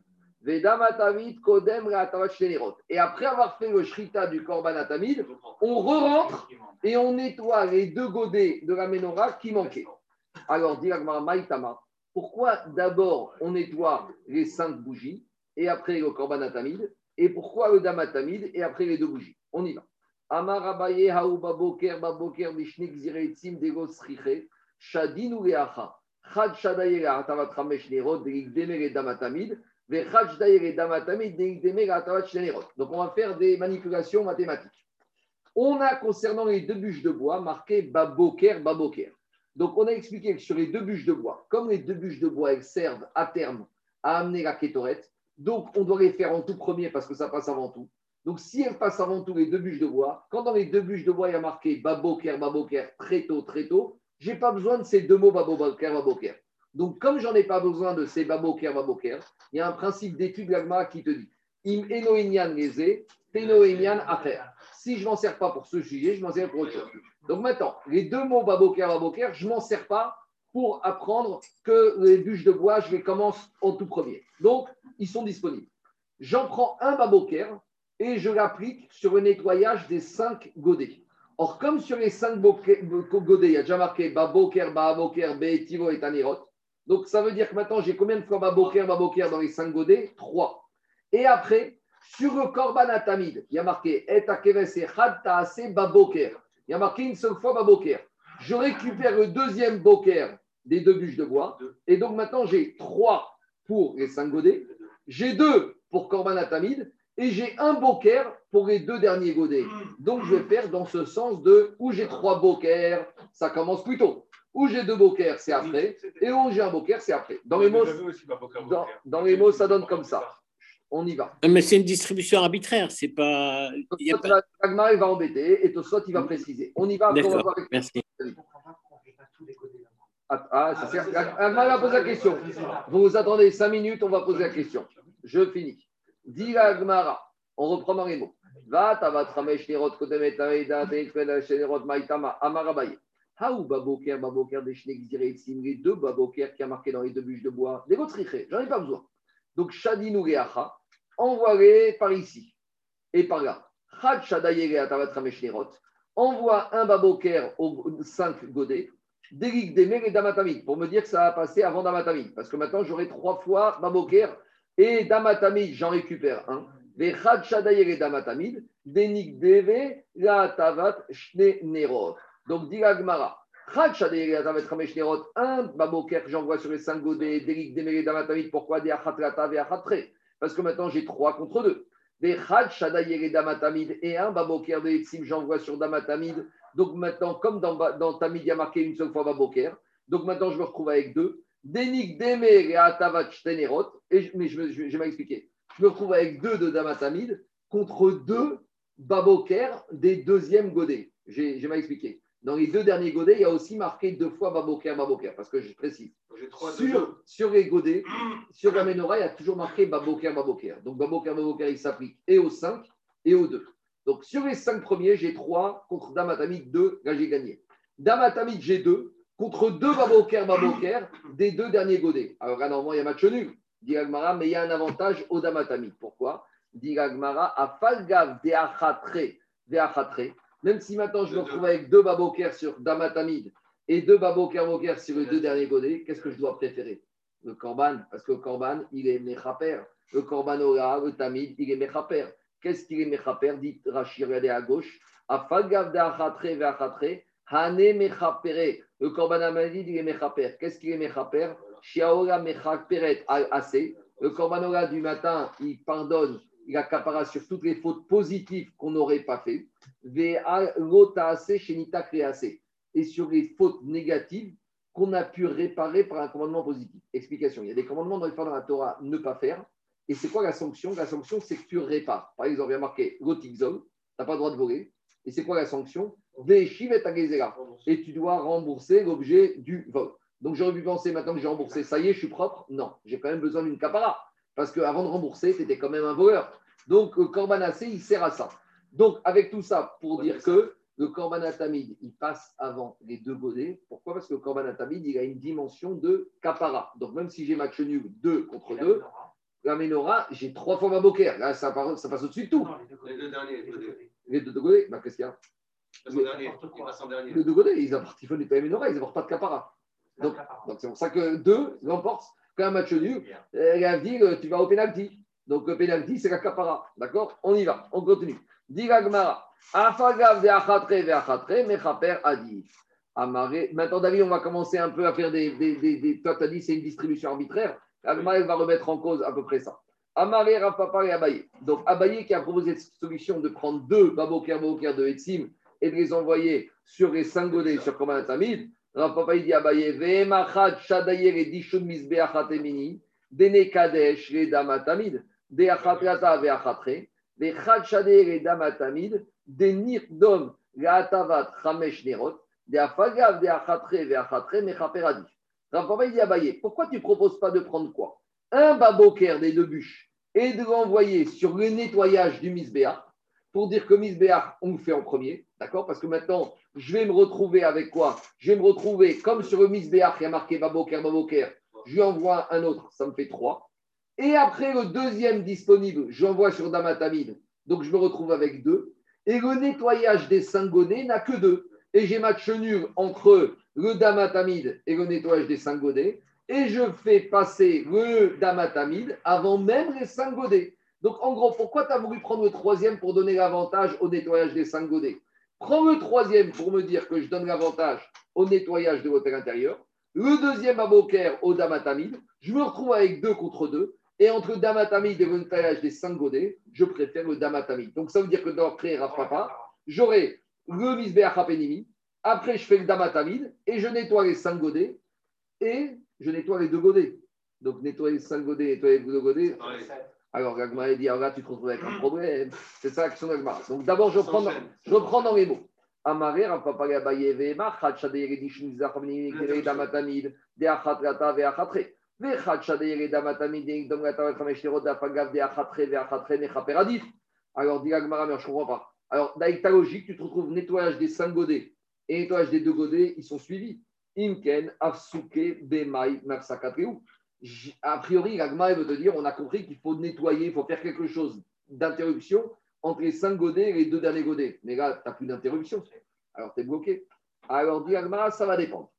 Speaker 1: Et après avoir fait le shrita du korban atamid, on re-rentre et on nettoie les 2 godets de la menorah qui manquaient. Alors, dit l'Agmara, Maïtama, pourquoi d'abord on nettoie les 5 bougies et après le korban atamid, et pourquoi le dam atamid et après les 2 bougies? On y va. Amar Abaye haou baboker baboker bishnik zireitzim degos riche shadinu leacha chad shadaye atavat ramesh nerod delik demer dam atamid. Donc, on va faire des manipulations mathématiques. On a, concernant les 2 bûches de bois, marqué baboker, baboker. Donc, on a expliqué que sur les 2 bûches de bois, comme les 2 bûches de bois, elles servent à terme à amener la kétorette, donc on doit les faire en tout premier parce que ça passe avant tout. Donc, si elles passent avant tout les 2 bûches de bois, quand dans les 2 bûches de bois, il y a marqué baboker, baboker, très tôt, je n'ai pas besoin de ces 2 mots baboker, baboker. Donc, comme j'en ai pas besoin de ces baboker, baboker, il y a un principe d'étude l'agma qui te dit im enoinian leze, tenoinian acher. Si je ne m'en sers pas pour ce sujet, je m'en sers pour autre chose. Donc maintenant, les 2 mots baboker, baboker, je ne m'en sers pas pour apprendre que les bûches de bois, je les commence en tout premier. Donc, ils sont disponibles. J'en prends un baboker et je l'applique sur le nettoyage des 5 godets. Or, comme sur les 5 godets, il y a déjà marqué baboker, baboker, be'etivo et tanirot. Donc, ça veut dire que maintenant, j'ai combien de fois baboker dans les 5 godets? 3. Et après, sur le korban atamid, il y a marqué et akeves echad ta'ase baboker. Il y a marqué une seule fois baboker. Je récupère le 2e boker des 2 bûches de bois. Et donc, maintenant, j'ai 3 pour les 5 godets. J'ai 2 pour korban atamid. Et j'ai un boker pour les 2 derniers godets. Donc, je vais faire dans ce sens de où j'ai 3 bokers, ça commence plus tôt. Où j'ai 2 bokers, c'est après. Et où j'ai un boker, c'est après. Dans les mots, ça donne comme ça. On y va.
Speaker 4: Mais c'est une distribution arbitraire, c'est pas.
Speaker 1: Agmar, il va embêter et Tosot, il va préciser. On y va.
Speaker 4: D'accord, merci.
Speaker 1: Ah, Agmar va poser la question. Vous vous attendez 5 minutes, on va poser la question. Je finis. Dis la Agmara. On reprend dans les mots. Va, tavat ramesh nerot kodemet aida teikvel shenerot maitama amarabaye. Haou baboker, baboker des shnek zireitzim, les 2 baboker qui a marqué dans les 2 bûches de bois, des gotriché, j'en ai pas besoin. Donc, shadinu reacha, envoie-les par ici et par là. Chad shadayere atavat ramesh nerot, envoie un baboker aux 5 godets, déligue des mers et damatamid, pour me dire que ça va passer avant damatamid, parce que maintenant j'aurai 3 fois baboker et damatamid, j'en récupère un. Vechad shadayere damatamid, dénique deve la tavat shne nerot. Donc, dit la Gemara, un baboker que j'envoie sur les 5 godets, délique déméré damatamid, pourquoi des achatrata et achatre? Parce que maintenant j'ai 3 contre 2. Des chad shadayere damatamid et un baboker de etzim, j'envoie sur damatamid. Donc maintenant, comme dans tamid, il y a marqué une seule fois baboker. Donc maintenant, je me retrouve avec 2. Denik Deme et Atavat Shtenerot. Mais je vais m'expliquer. Je me retrouve avec 2 de Damatamid contre 2 Baboker des deuxièmes godets. J'ai mal expliqué. Dans les 2 derniers godets, il y a aussi marqué 2 fois Baboker, parce que je précise. Sur les godets, sur la menorah, il y a toujours marqué Baboker. Donc Baboker, il s'applique et aux 5 et aux 2. Donc sur les 5 premiers, j'ai 3 contre Damatamid 2. Là, j'ai gagné. Damatamid, j'ai 2 contre 2 Baboker des 2 derniers godets. Alors là, normalement, il y a match nul. Dit Agmara, mais il y a un avantage au Damatamid. Pourquoi? Dit Agmara, à Falgav Deachatre. Même si maintenant je me retrouve avec 2 Baboker sur Damatamid et 2 Baboker sur les 2 derniers godets, qu'est-ce que je dois préférer? Le Korban, parce que le Korban, il est Mechaper. Le Korban Ola, le Tamid, il est Mechaper. Qu'est-ce qu'il est Mechaper? Dit Rashi, regardez à gauche. À Falgav Deachatre, Hane Mechapere. Le Korban Amalid, il est Mechaper. Qu'est-ce qu'il est Mechaper? Shiaola Mechaperet Assez. Le Korban Ola du matin, il pardonne. Il accapara sur toutes les fautes positives qu'on n'aurait pas fait. Et sur les fautes négatives qu'on a pu réparer par un commandement positif. Explication. Il y a des commandements dans la Torah, ne pas faire. Et c'est quoi la sanction? La sanction, c'est que tu répares. Par exemple, il y a marqué Gotikzol, tu n'as pas le droit de voler. Et c'est quoi la sanction? Et tu dois rembourser l'objet du vol. Donc j'aurais pu penser maintenant que j'ai remboursé, ça y est, je suis propre. Non, j'ai quand même besoin d'une capara. Parce qu'avant de rembourser, tu étais quand même un voleur. Donc, le Korban Assé, il sert à ça. Donc, avec tout ça, pour dire que le Korban Atamid, il passe avant les 2 godets. Pourquoi? Parce que le Korban Atamid, il a une dimension de kapara. Donc, même si j'ai match nul 2 contre 2, la menorah, j'ai 3 fois ma boker. Là, ça passe au-dessus de tout.
Speaker 2: Les 2 derniers.
Speaker 1: Les 2 godets, bah, qu'est-ce qu'il y a?
Speaker 2: Il passe en dernier.
Speaker 1: Les 2 godets, ils font nettoyer la menorah, ils n'apportent pas de kapara. Donc, c'est pour ça que 2 l'emportent. Quand un match nul, elle dit tu vas au pénalty. Donc le pénalty, c'est la capara. D'accord? On y va, on continue. Diragmara. Afagav de achatre ve achatre, mechaper adi. Amaré. Maintenant, David, on va commencer un peu à faire des toi, tu as dit c'est une distribution arbitraire. Agmara, va remettre en cause à peu près ça. Amaré, Rapapa et Abaye. Donc Abaye qui a proposé cette solution de prendre 2 Baboker de Etzim et de les envoyer sur les 5 godets sur Korban Tamid. Rav Papa il dit Abaye, Ve'emachad shadayer et dishun misbeachat emini, dene kadesh le damatamid, deachatrata ve'achatre, ve'chad shadayer et damatamid, denirdom le'atavat chamesh nerot, de'afagav de'achatre ve'achatre mechaperadif. Rav Papa il dit Abaye, pourquoi tu ne proposes pas de prendre quoi? Un baboker des 2 bûches et de l'envoyer sur le nettoyage du misbeach, pour dire que misbeach, on le fait en premier, d'accord? Parce que maintenant, je vais me retrouver avec quoi? Je vais me retrouver comme sur le misbeach, il y a marqué baboker, je lui envoie un autre, ça me fait 3. Et après le deuxième disponible, j'envoie sur Damatamid, donc je me retrouve avec 2. Et le nettoyage des 5 godets n'a que 2. Et j'ai match nul entre le Damatamid et le nettoyage des 5 godets. Et je fais passer le Damatamid avant même les 5 godets. Donc, en gros, pourquoi tu as voulu prendre le 3e pour donner l'avantage au nettoyage des 5 godets? Prends le 3e pour me dire que je donne l'avantage au nettoyage de l'hôtel intérieur. Le 2e à Boker au Damatamid. Je me retrouve avec 2 contre 2. Et entre le Damatamid et le nettoyage des 5 godets, je préfère le Damatamid. Donc, ça veut dire que dans Rav Papa, j'aurai le Misbeach Apenimi. Après, je fais le Damatamid et je nettoie les 5 godets et je nettoie les 2 godets. Donc, nettoyer les 5 godets, nettoyer les 2 godets. Alors, Gagmara dit, alors là, tu te retrouves avec un problème. C'est ça l'action d'Agmara. Donc, d'abord, je reprends dans les mots. Amaré, Rapapa, Abaye, Vema, Khadshadeh, Redishin, Zachomni, Kere, Damatamid, Deachatrata, Veachatre. Vechadshadeh, Damatamid, Domgata, Khameshterot, Dafagav, Deachatre, Veachatre, Nechaperadif. Alors, dit Gagmara, mais je ne comprends pas. Alors, avec ta logique, tu te retrouves nettoyage des 5 godets et nettoyage des 2 godets, ils sont suivis. Imken, Afsuke, Bemai, Mafsakatriou. A priori, l'Agma veut te dire, on a compris qu'il faut nettoyer, il faut faire quelque chose d'interruption entre les 5 godets et les 2 derniers godets. Mais là, tu n'as plus d'interruption. Alors, tu es bloqué. Alors, dit l'Agma, ça va dépendre.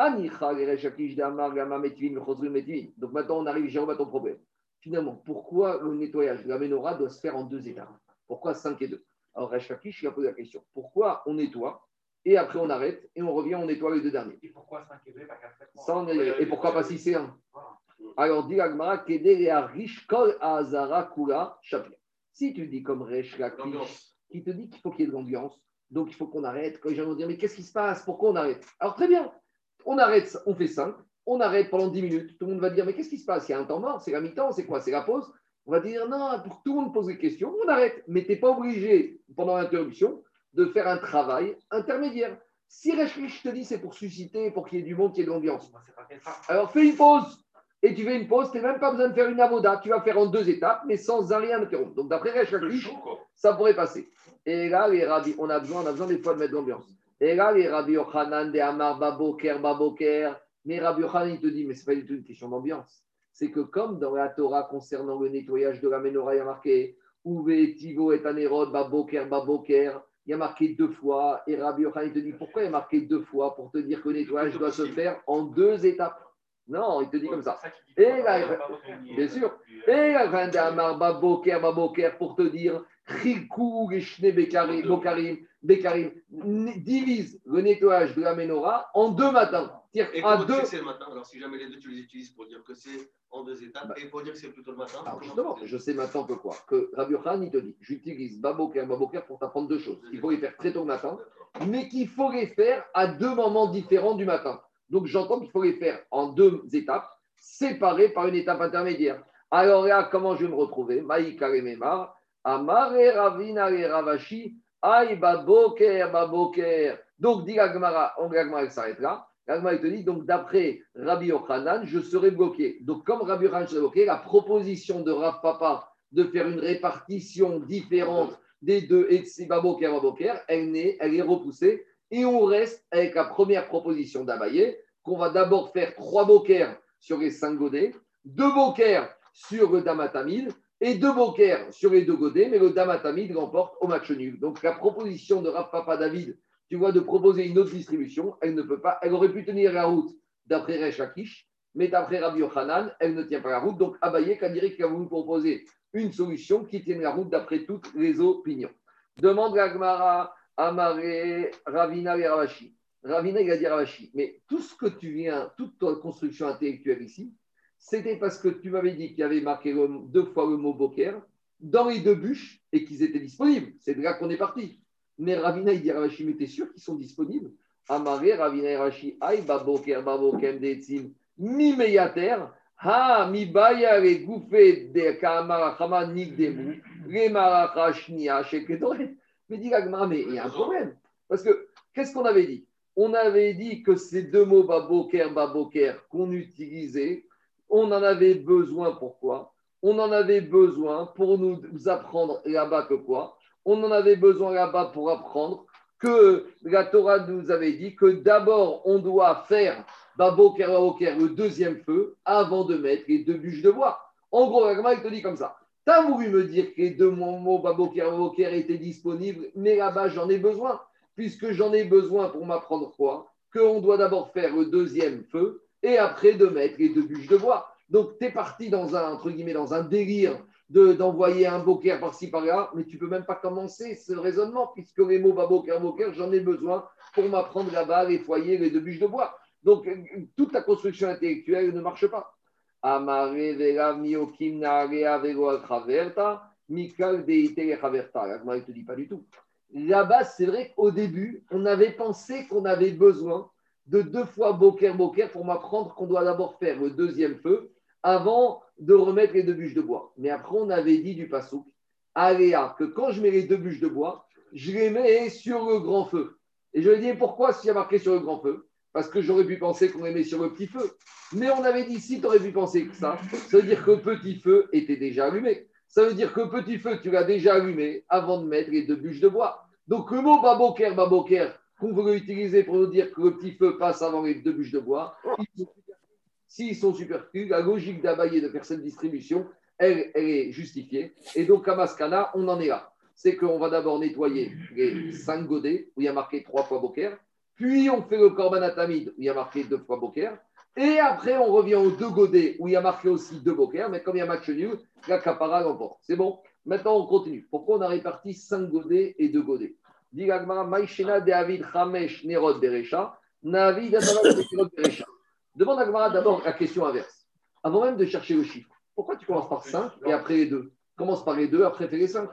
Speaker 1: Donc maintenant, on arrive, Jérôme, à ton problème. Finalement, pourquoi le nettoyage de la menorah doit se faire en 2 étapes? Pourquoi 5 et 2? Alors, Resh Lakish, il a posé la question. Pourquoi on nettoie et après on arrête et on revient, on nettoie les 2 derniers?
Speaker 3: Et pourquoi 5 et 2 pas 4
Speaker 1: et pourquoi pas 6 et 1? Alors, dit l'Agmara, Kol Azara Kula Shapir. Si tu dis comme Resh Lakish, qui te dit qu'il faut qu'il y ait de l'ambiance, donc il faut qu'on arrête. Quand les gens vont dire, mais qu'est-ce qui se passe? Pourquoi on arrête? Alors, très bien, on arrête, on fait 5, on arrête pendant 10 minutes. Tout le monde va dire, mais qu'est-ce qui se passe? Il y a un temps mort, c'est la mi-temps, c'est quoi? C'est la pause? On va dire, non, pour que tout le monde pose des questions, on arrête. Mais tu n'es pas obligé, pendant l'interruption, de faire un travail intermédiaire. Si je te dis, c'est pour susciter, pour qu'il y ait du monde, qu'il y ait de l'ambiance. Alors fais une pause. Et tu fais une pause, tu n'as même pas besoin de faire une avoda. Tu vas faire en 2 étapes, mais sans rien interrompre. Donc d'après Resh Lakish, ça pourrait passer. Et là, les rabbis, on a besoin des fois de mettre de l'ambiance. Et là, les rabbis Yochanan, de Amar, Baboker. Mais Rabbi Yochanan, il te dit, mais ce n'est pas du tout une question d'ambiance. C'est que comme dans la Torah concernant le nettoyage de la menorah, il y a marqué Uve Tivo et Anerod, Baboker, il y a marqué 2 fois. Et Rabbi Yochanan, il te dit, pourquoi il y a marqué 2 fois? Pour te dire que le nettoyage doit se faire en 2 étapes. Non, il te dit comme ça. Et là, bien sûr. Et là, Baboker, pour te dire, Chikou, Geshne, Bekarim, divise le nettoyage de la menorah en 2 matins.
Speaker 2: Et
Speaker 1: À
Speaker 2: pour
Speaker 1: 2.
Speaker 2: dire que c'est le matin, alors si jamais les deux tu les utilises pour dire que c'est en 2 étapes, et pour dire que c'est plutôt le matin.
Speaker 1: Alors justement, je sais maintenant que quoi? Que Rabbi Yochanan, il te dit, j'utilise Baboker pour t'apprendre 2 choses. Il faut les faire très tôt le matin, mais qu'il faut les faire à 2 moments différents du matin. Donc j'entends qu'il faut les faire en 2 étapes, séparées par une étape intermédiaire. Alors là, comment je vais me retrouver? Maïka et Memar, Amare Ravina et Ravashi, Aïe Baboker. Donc dit l'Agmara, elle s'arrête là. L'Agmara, il te dit, donc d'après Rabbi Yochanan, je serai bloqué. Donc comme Rabbi Yochanan serait bloqué, la proposition de Rav Papa de faire une répartition différente des 2 et de Baboker, elle est repoussée. Et on reste avec la première proposition d'Abaye, qu'on va d'abord faire 3 bokers sur les 5 godets, 2 bokers sur le damatamid et 2 bokers sur les 2 godets, mais le damatamid l'emporte au match nul. Donc la proposition de Rav Papa David, tu vois, de proposer une autre distribution, elle ne peut pas, elle aurait pu tenir la route d'après Resh Lakish, mais d'après Rabbi Yochanan, elle ne tient pas la route. Donc Abaye, Kadiri, qui a voulu proposer une solution qui tienne la route d'après toutes les opinions. Demande la Gemara. Amaré, Ravina et Ravashi. Ravina, il a dit Ravashi. Mais tout ce que tu viens, toute ta construction intellectuelle ici, c'était parce que tu m'avais dit qu'il y avait marqué 2 fois le mot Boker dans les 2 bûches et qu'ils étaient disponibles. C'est de là qu'on est parti. Mais Ravina, il dit Ravashi, mais t'es sûr qu'ils sont disponibles? Amaré, Ravina et Ravashi. Aïe, Baboker, Detzim, mi meyater. Ha, mi baya les gouffés de Kamarachama Nigdemu, les Marachashnia, Sheketoret. Mais dit Gagmara, mais il y a un problème. Parce que, qu'est-ce qu'on avait dit? On avait dit que ces 2 mots Baboker qu'on utilisait, on en avait besoin. Pourquoi? On en avait besoin pour nous apprendre là-bas que quoi? On en avait besoin là-bas pour apprendre que la Torah nous avait dit que d'abord, on doit faire Baboker, le 2e feu, avant de mettre les 2 bûches de bois. En gros, Gagmara, il te dit comme ça. Tu as voulu me dire que les 2 mots Baboker étaient disponibles, mais là-bas, j'en ai besoin. Puisque j'en ai besoin pour m'apprendre quoi? Qu'on doit d'abord faire le 2e feu et après de mettre les 2 bûches de bois. Donc, tu es parti dans un, entre guillemets, dans un délire d'envoyer un boker par-ci, par-là, mais tu ne peux même pas commencer ce raisonnement, puisque les mots Baboker, j'en ai besoin pour m'apprendre là-bas les foyers, les 2 bûches de bois. Donc, toute ta construction intellectuelle ne marche pas. Amare vera miokim narea vero al chaverta, mikal deite le chaverta. La Gemara ne te dit pas du tout. Là-bas, c'est vrai qu'au début, on avait pensé qu'on avait besoin de 2 fois boker pour m'apprendre qu'on doit d'abord faire le 2e feu avant de remettre les 2 bûches de bois. Mais après, on avait dit du pasouk, aléa, que quand je mets les 2 bûches de bois, je les mets sur le grand feu. Et je lui ai dit, pourquoi s'il y a marqué sur le grand feu? Parce que j'aurais pu penser qu'on les met sur le petit feu. Mais on avait dit, si tu aurais pu penser que ça veut dire que le petit feu était déjà allumé. Ça veut dire que le petit feu, tu l'as déjà allumé avant de mettre les 2 bûches de bois. Donc le mot Baboker, qu'on veut utiliser pour nous dire que le petit feu passe avant les 2 bûches de bois, s'ils sont superflus, la logique d'Abaye de faire cette distribution, elle est justifiée. Et donc à Maskana, on en est là. C'est qu'on va d'abord nettoyer les 5 godets où il y a marqué 3 fois Boker. Puis on fait le Korban Atamid où il y a marqué 2 fois Boker. Et après, on revient aux 2 godets où il y a marqué aussi 2 Boker. Mais comme il y a match nul, la Kapara l'emporte. C'est bon. Maintenant, on continue. Pourquoi on a réparti 5 godets et 2 godets? Dit l'Agmara, Maïshena de Avid Chamesh Nerod Berecha, Navid Nerod Berecha. Demande à Agmara d'abord la question inverse. Avant même de chercher le chiffre, pourquoi tu commences par 5 et après les 2? Commence par les 2, après fais les 5.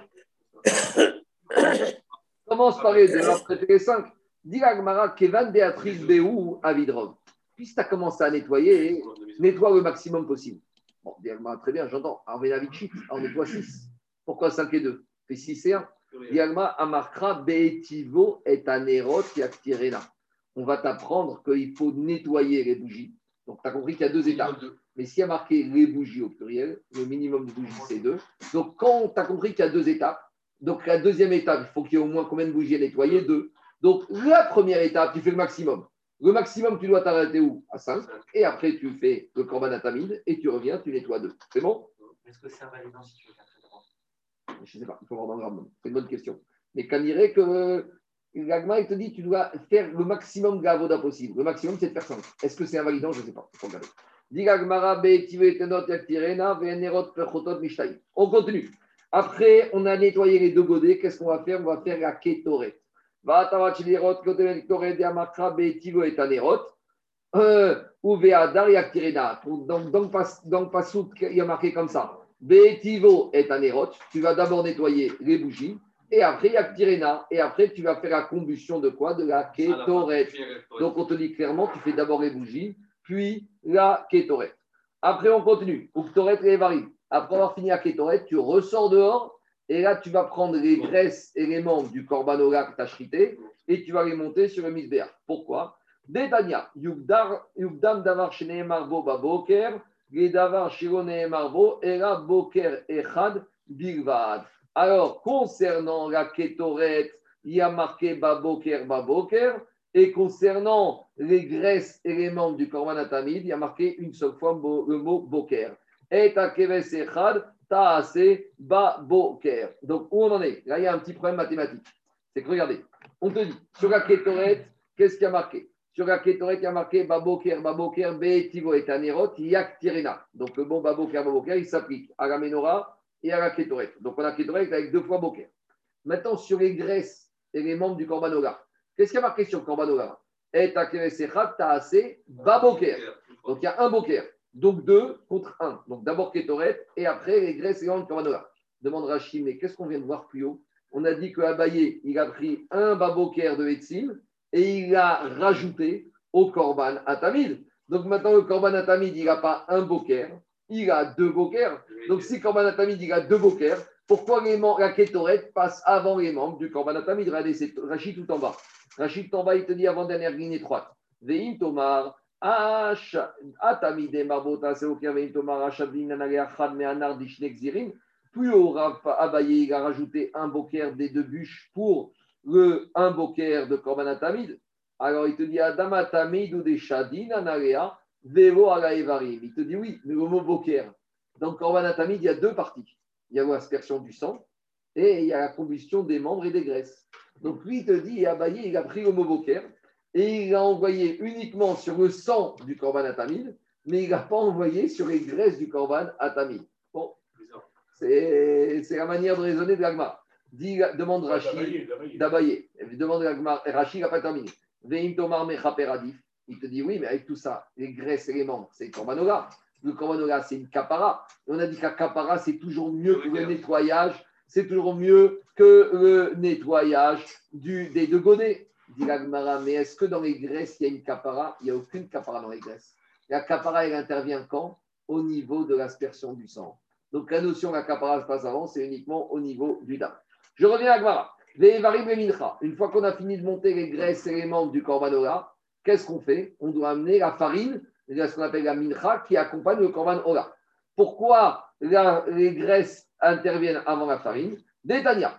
Speaker 1: Commence par les 2, après fais les 5. Dit l'Agmara, Kevan Beatrice Beou Avidrov. Puisque tu as commencé à nettoyer, nettoie le maximum possible. Bon, Diagma, très bien, j'entends. Alors, Vénavitchit, on nettoie 6. Pourquoi 5 et 2 Fait 6 et 1. Diagma, Amarkra, Beetivo et Anerot, Yaktirena. On va t'apprendre qu'il faut nettoyer les bougies. Donc, tu as compris qu'il y a 2 étapes. Mais s'il y a marqué les bougies au pluriel, le minimum de bougies, c'est 2. Donc, quand tu as compris qu'il y a 2 étapes, donc la deuxième étape, il faut qu'il y ait au moins combien de bougies à nettoyer 2. Donc, la première étape, tu fais le maximum. Le maximum, tu dois t'arrêter où? À 5. Et après, tu fais le korban atamide et tu reviens, tu nettoies 2. C'est bon?
Speaker 3: Est-ce que c'est invalidant si tu veux faire très droit?
Speaker 1: Je ne sais pas, il faut voir dans le Rambam. C'est une bonne question. Mais quand dirait que l'agma, il te dit tu dois faire le maximum de la avoda possible. Le maximum, c'est de faire 5. Est-ce que c'est invalidant? Je ne sais pas. Il faut regarder. On continue. Après, on a nettoyé les 2 godets. Qu'est-ce qu'on va faire? On va faire la kétoret. Donc, dans le Passouk, il y a marqué comme ça. Beetivo et Anerot. Tu vas d'abord nettoyer les bougies. Et après, Yaktirena. Et après, tu vas faire la combustion de quoi? De la kétoret. Donc, on te dit clairement, tu fais d'abord les bougies, puis la kétoret. Après, on continue. Uktoret et Evarim. Après avoir fini la kétoret, tu ressors dehors. Et là, tu vas prendre les graisses et les membres du korban ola que tu as shrité et tu vas les monter sur le misbéach. Pourquoi? Détania, Yugdam davar shene marbo baboker, les davar shirone marbo, et la boker echad bilvad. Alors, concernant la kétoret, il y a marqué baboker, et concernant les graisses et les membres du korban atamid, il y a marqué une seule fois le mot boker. Et ta keves echad, Taase Baboker. Donc, où on en est? Là, il y a un petit problème mathématique. C'est que, regardez, on te dit, sur la kétoret, qu'est-ce qu'il y a marqué? Sur la kétoret, il y a marqué Baboker, Beetivo et Anerot, Yaktirena. Donc, le bon Baboker, il s'applique à la Ménorah et à la kétoret. Donc, on a kétoret avec 2 fois Boker. Maintenant, sur les graisses et les membres du Korban Ola, qu'est-ce qu'il y a marqué sur le Korban Ola? Et ta Kevesechat, Taase Baboker. Donc, il y a un Boker. Donc 2 contre 1. Donc d'abord Kétoret et après les graisses et grandes Korban. Demande Rachid, mais qu'est-ce qu'on vient de voir plus haut? On a dit que Abaye, il a pris un baboker de Etzim et il a rajouté au Korban Atamid. Donc maintenant le Korban Atamid, il n'a pas un boker, il a 2 bokers. Donc si Korban Atamid, il a 2 bokers, pourquoi la Kétoret passe avant les membres du Korban Atamid? Regardez, c'est Rachid tout en bas. Rachid tout en bas, il te dit avant dernière ligne étroite. Veim Tomar. Atamide Marbota, c'est ok, avec Tomar, Achavin, Nanaleachad, Meanar, Dishnek, Zirin. Puis au Abaye, il a rajouté un boker des 2 bûches pour un boker de Korban Atamid. Alors il te dit Adam Atamid ou des Shadin, Nanalea, Vero Alaevarim. Il te dit oui, mais le mot boker. Dans Korban Atamid, il y a 2 parties. Il y a l'aspersion du sang et il y a la combustion des membres et des graisses. Donc lui, il te dit, Abaye, il a pris le mot boker. Et il a envoyé uniquement sur le sang du Korban Atamid, mais il n'a pas envoyé sur les graisses du Korban Atamid. Bon, c'est la manière de raisonner de l'Agma. Demande Rachid d'Abaye. Demande l'Agma, Rachid n'a pas terminé. Veim Tomar Mechaperadif. Il te dit oui, mais avec tout ça, les graisses et les membres, c'est le Korban Ola. Le Korban Ola, c'est une kapara. Et on a dit que la kapara, c'est toujours mieux que le nettoyage. C'est toujours mieux que le nettoyage des 2 godets. Dit l'Agmara, mais est-ce que dans les graisses, il y a une kapara? Il n'y a aucune kapara dans les graisses. La kapara, elle intervient quand? Au niveau de l'aspersion du sang. Donc la notion de la kapara se passe avant, c'est uniquement au niveau du dam. Je reviens à l'Agmara. Une fois qu'on a fini de monter les graisses et les membres du korban ola, qu'est-ce qu'on fait? On doit amener la farine, ce qu'on appelle la mincha, qui accompagne le korban ola. Pourquoi les graisses interviennent avant la farine? Détania.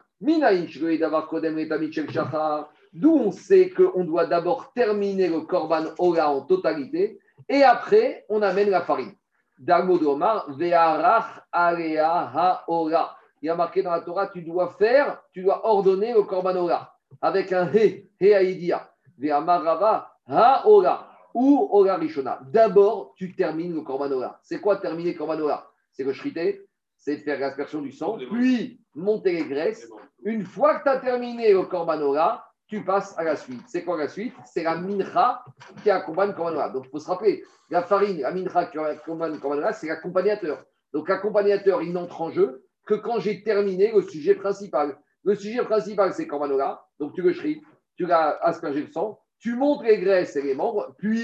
Speaker 1: D'où on sait qu'on doit d'abord terminer le korban ola en totalité et après on amène la farine. Dalmo de Omar, ve'arach alea ha'ola. Il y a marqué dans la Torah, tu dois ordonner le korban ola avec un he haïdia. Ve'amar rava ha'ola ou ola rishona. D'abord, tu termines le korban ola. C'est quoi terminer le korban ola? C'est que shrité, c'est de faire l'aspersion du sang, puis monter les graisses. Une fois que tu as terminé le korban ola, tu passes à la suite. C'est quoi la suite? C'est la mincha qui accompagne le korban ola. Donc, il faut se rappeler, la farine, la mincha qui accompagne le korban ola, c'est l'accompagnateur. Donc, l'accompagnateur, il n'entre en jeu que quand j'ai terminé le sujet principal. Le sujet principal, c'est le korban ola. Donc, tu le shrit, tu l'as aspergé le sang, tu montes les graisses et les membres, puis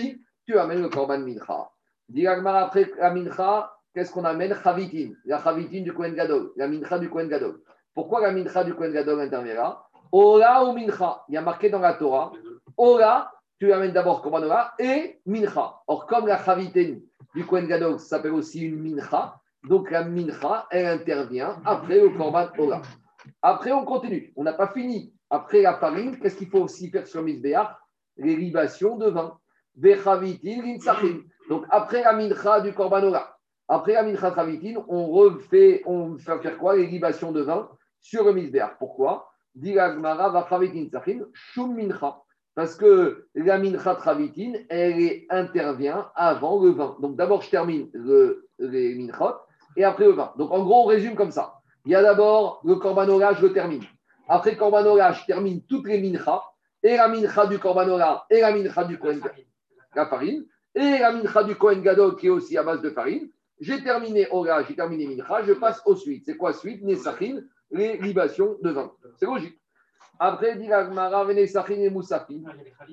Speaker 1: tu amènes le korban mincha. Dit l'Agmara, après la mincha, qu'est-ce qu'on amène? Chavitin, la chavitin du Kohen Gadol, la mincha du Kohen Gadol. Pourquoi la mincha du Kohen Gadol interviendra? Ola ou mincha, il y a marqué dans la Torah, Ola, tu amènes d'abord korban ola et mincha. Or, comme la chavitin du Kohen Gadol s'appelle aussi une mincha, donc la mincha, elle intervient après le korban ola. Après, on continue, on n'a pas fini. Après la farine, qu'est-ce qu'il faut aussi faire sur Mizbeach? Les libations de vin. Vechavitin, linsachin. Donc, après la mincha du korban ola, après la mincha chavitin, on fait faire quoi? Les libations de vin sur le Mizbeach. Pourquoi? Dit la Gemara, vachavitin sachin, shum mincha. Parce que la mincha chavitin, elle intervient avant le vin. Donc, d'abord, je termine les minchot et après le vin. Donc, en gros, on résume comme ça. Il y a d'abord le korban ola, je le termine. Après le korban ola, je termine toutes les minchas, et la mincha du korban ola, et la mincha du Kohen, la farine, et la mincha du Kohen Gadol, qui est aussi à base de farine. J'ai terminé ola, j'ai terminé mincha, je passe aux suites. C'est quoi suite? Nesachin, les libations de vin. C'est logique. Après, dit la Gemara, Nesachin et Moussafin.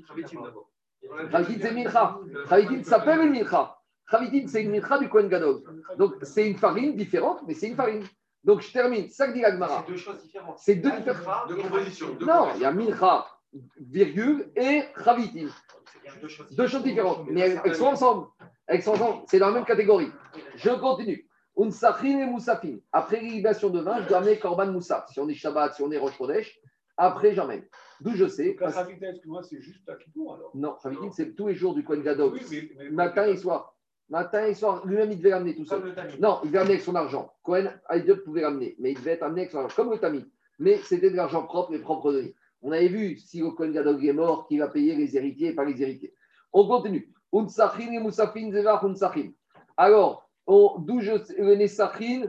Speaker 1: Chavitin, c'est mincha. Chavitin s'appelle une mincha. Chavitin, c'est une mincha du Kohen Gadol. Donc, c'est une farine différente, mais c'est une farine. Donc, je termine. C'est ça que dit la Gemara.
Speaker 3: C'est deux choses différentes.
Speaker 1: C'est deux différentes.
Speaker 2: De composition.
Speaker 1: Non, il y a mincha, virgule, et chavitin. Deux choses différentes. Mais elles sont ensemble. Elles sont ensemble. C'est dans la même catégorie. Je continue. Unsachin et moussafin. Après l'irrigation de vin, je dois amener korban moussaf. Si on est Shabbat, si on est Rosh Chodesh, après j'emmène. D'où je sais.
Speaker 5: Donc, la chavitin, excuse-moi, c'est juste à Kippour alors.
Speaker 1: Non, chavitin, c'est tous les jours du Kohen Gadol.
Speaker 5: Oui, mais
Speaker 1: Matin et soir. Matin et soir, lui-même, il devait l'amener tout seul. Non, il devait amener avec son argent. Cohen Haïdot pouvait l'amener, mais il devait être amené avec son argent, comme le tamis. Mais c'était de l'argent propre, les propres donnés. On avait vu, si le Cohen Gadol est mort, qu'il va payer les héritiers et pas les héritiers. On continue. Unsachin et Moussafin, Zevach, Unsachin. Alors, d'où les Nessachin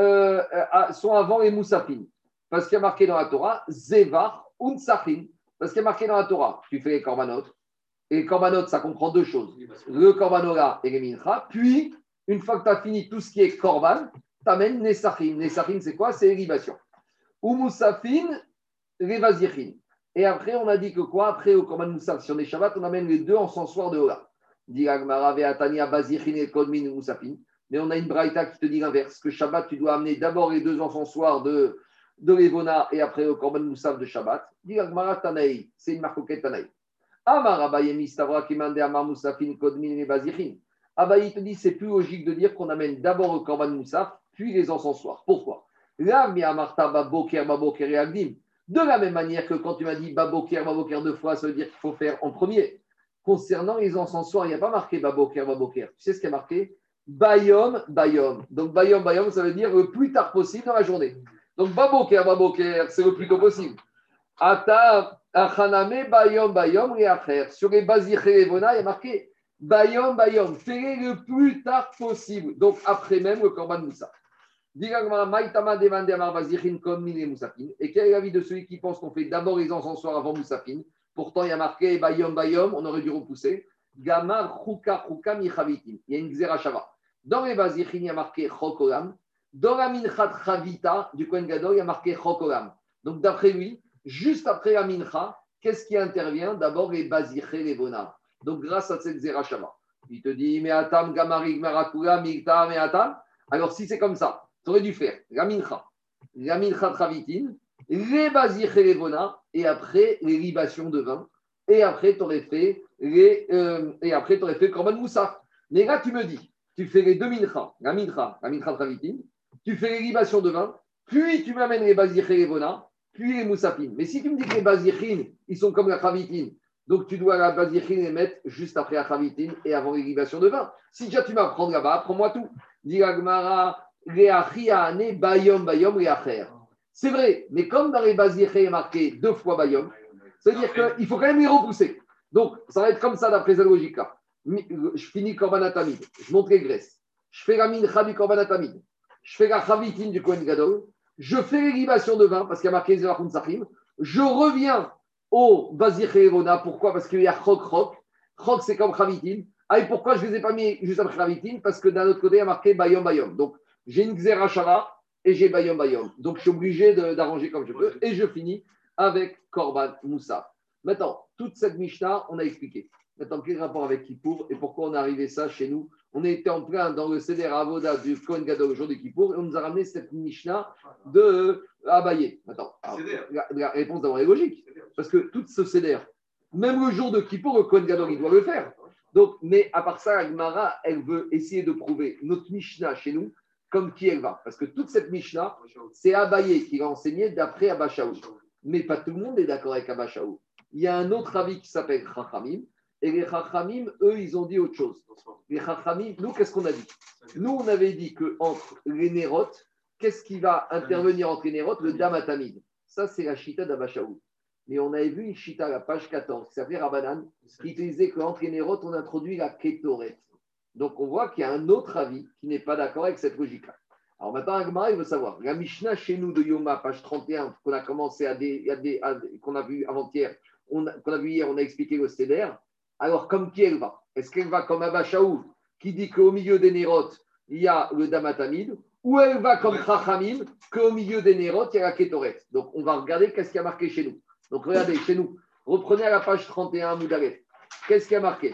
Speaker 1: sont avant les Moussafin. Parce qu'il y a marqué dans la Torah, Zevach, Unsachin. Parce qu'il y a marqué dans la Torah, tu fais les korbanot. Et les korbanot, ça comprend deux choses. Le korban ola et les mincha. Puis, une fois que tu as fini tout ce qui est korban, tu amènes Nessachin. Nessachin, c'est quoi? C'est les libations. Ou Moussafin, les vazirchin. Et après, on a dit que quoi? Après, au korban moussaf, si on est Shabbat, on amène les deux encensoirs de ola. Dit Agmara, Ve'atania, bazirchin et kodmin moussafin. Mais on a une braïta qui te dit l'inverse, que Shabbat, tu dois amener d'abord les deux encensoirs de l'Evona et après le korban moussaf de Shabbat. Dit Agmara, Tanaï. C'est une marcoquette Tanaï. Abaye te dit c'est plus logique de dire qu'on amène d'abord le korban moussaf, puis les encensoirs. Pourquoi? De la même manière que quand tu m'as dit baboker deux fois, ça veut dire qu'il faut faire en premier. Concernant les encensoirs, il n'y a pas marqué baboker. Tu sais ce qui est marqué? Bayom. Donc bayom, ça veut dire le plus tard possible dans la journée. Donc baboker, c'est le plus tôt possible. Ata achaname bayom et après. Sur les baziché et vona, il y a marqué bayom, fais-les le plus tard possible. Donc après même le korban moussaf. Et quel est l'avis de celui qui pense qu'on fait d'abord les encensoirs avant moussafin? Pourtant, il y a marqué bayom, on aurait dû repousser. Gamar chuka michavitin. Il y a une xerashava. Dans les bazichin, il y a marqué chokolam. Dans la minchat chavita du Kohen Gadol, il y a marqué chokolam. Donc d'après lui, juste après la mincha, qu'est-ce qui intervient? D'abord les baziché, les bonar. Donc grâce à cette zerashava, il te dit mais atam gamarig marakula mikta mais atam. Alors si c'est comme ça, tu aurais dû faire la mincha chavitin, les baziché, les bonar, et après les libations de vin, et après tu aurais fait le korban moussaf. Mais là tu me dis, tu fais les deux mincha, la mincha chavitin, tu fais les libations de vin, puis tu m'amènes les baziché, les bonar, puis les moussafines. Mais si tu me dis que les bazichines, ils sont comme la chavitine, donc tu dois la bazichine les mettre juste après la chavitine et avant les libations de vin. Si déjà tu m'apprends là-bas, apprends-moi tout. Dis la Gemara, bayom, reacher. C'est vrai, mais comme dans les bazichés il est marqué deux fois bayom, c'est-à-dire qu'il faut quand même les repousser. Donc ça va être comme ça d'après cette logique-là. Je finis korban atamid, je monte les graisses, je fais la mincha du korban atamid, je fais la chavitine du Kohen Gadol, je fais les libations de vin parce qu'il y a marqué Zerachun Sachim. Je reviens au Bazir Erona. Pourquoi? Parce qu'il y a Chok. Chok, c'est comme Chavitin. Ah, et pourquoi je ne les ai pas mis juste après Chavitin? Parce que d'un autre côté, il y a marqué Bayom. Donc, j'ai une Xerashara et j'ai Bayom. Donc, je suis obligé d'arranger comme je peux. Et je finis avec Korban Moussa. Maintenant, toute cette Mishnah, on a expliqué. Maintenant, quel rapport avec Kippour et pourquoi on a arrivé ça chez nous? On était en plein dans le Seder Avoda du Kohen Gadol au jour de Kippour et on nous a ramené cette Mishnah de Abaye. Attends, la réponse d'abord est logique parce que tout ce Seder, même le jour de Kippour, le Kohen Gadol, il doit le faire. Donc, mais à part ça, la Gemara, elle veut essayer de prouver notre Mishnah chez nous comme qui elle va. Parce que toute cette Mishnah, c'est Abaye qui l'a enseigné d'après Abba Shaul. Mais pas tout le monde est d'accord avec Abba Shaul. Il y a un autre avis qui s'appelle Chachamim. Et les Chachamim, eux, ils ont dit autre chose. Les Chachamim, nous, qu'est-ce qu'on a dit? Nous, on avait dit qu'entre les Nérotes, qu'est-ce qui va intervenir entre les Nérotes? Le Damatamid. Ça, c'est la Chita d'Abba Shaul. Mais on avait vu une Chita à la page 14, qui s'appelait Rabbanan, qui disait qu'entre les Nérotes, on introduit la Kétoret. Donc, on voit qu'il y a un autre avis qui n'est pas d'accord avec cette logique-là. Alors maintenant, Agmara, il veut savoir. La Mishnah chez nous de Yoma, page 31, qu'on a commencé qu'on a vu avant-hier, qu'on a vu hier, on a expliqué le Seder. Alors, comme qui elle va? Est-ce qu'elle va comme Abba Shaul, qui dit qu'au milieu des Nérotes, il y a le Damatamid, ou elle va comme Chachamim, qu'au milieu des Nérotes, il y a la Kétoret? Donc, on va regarder qu'est-ce qui a marqué chez nous. Donc, regardez, chez nous, reprenez à la page 31, Moudalet. Qu'est-ce qui a marqué?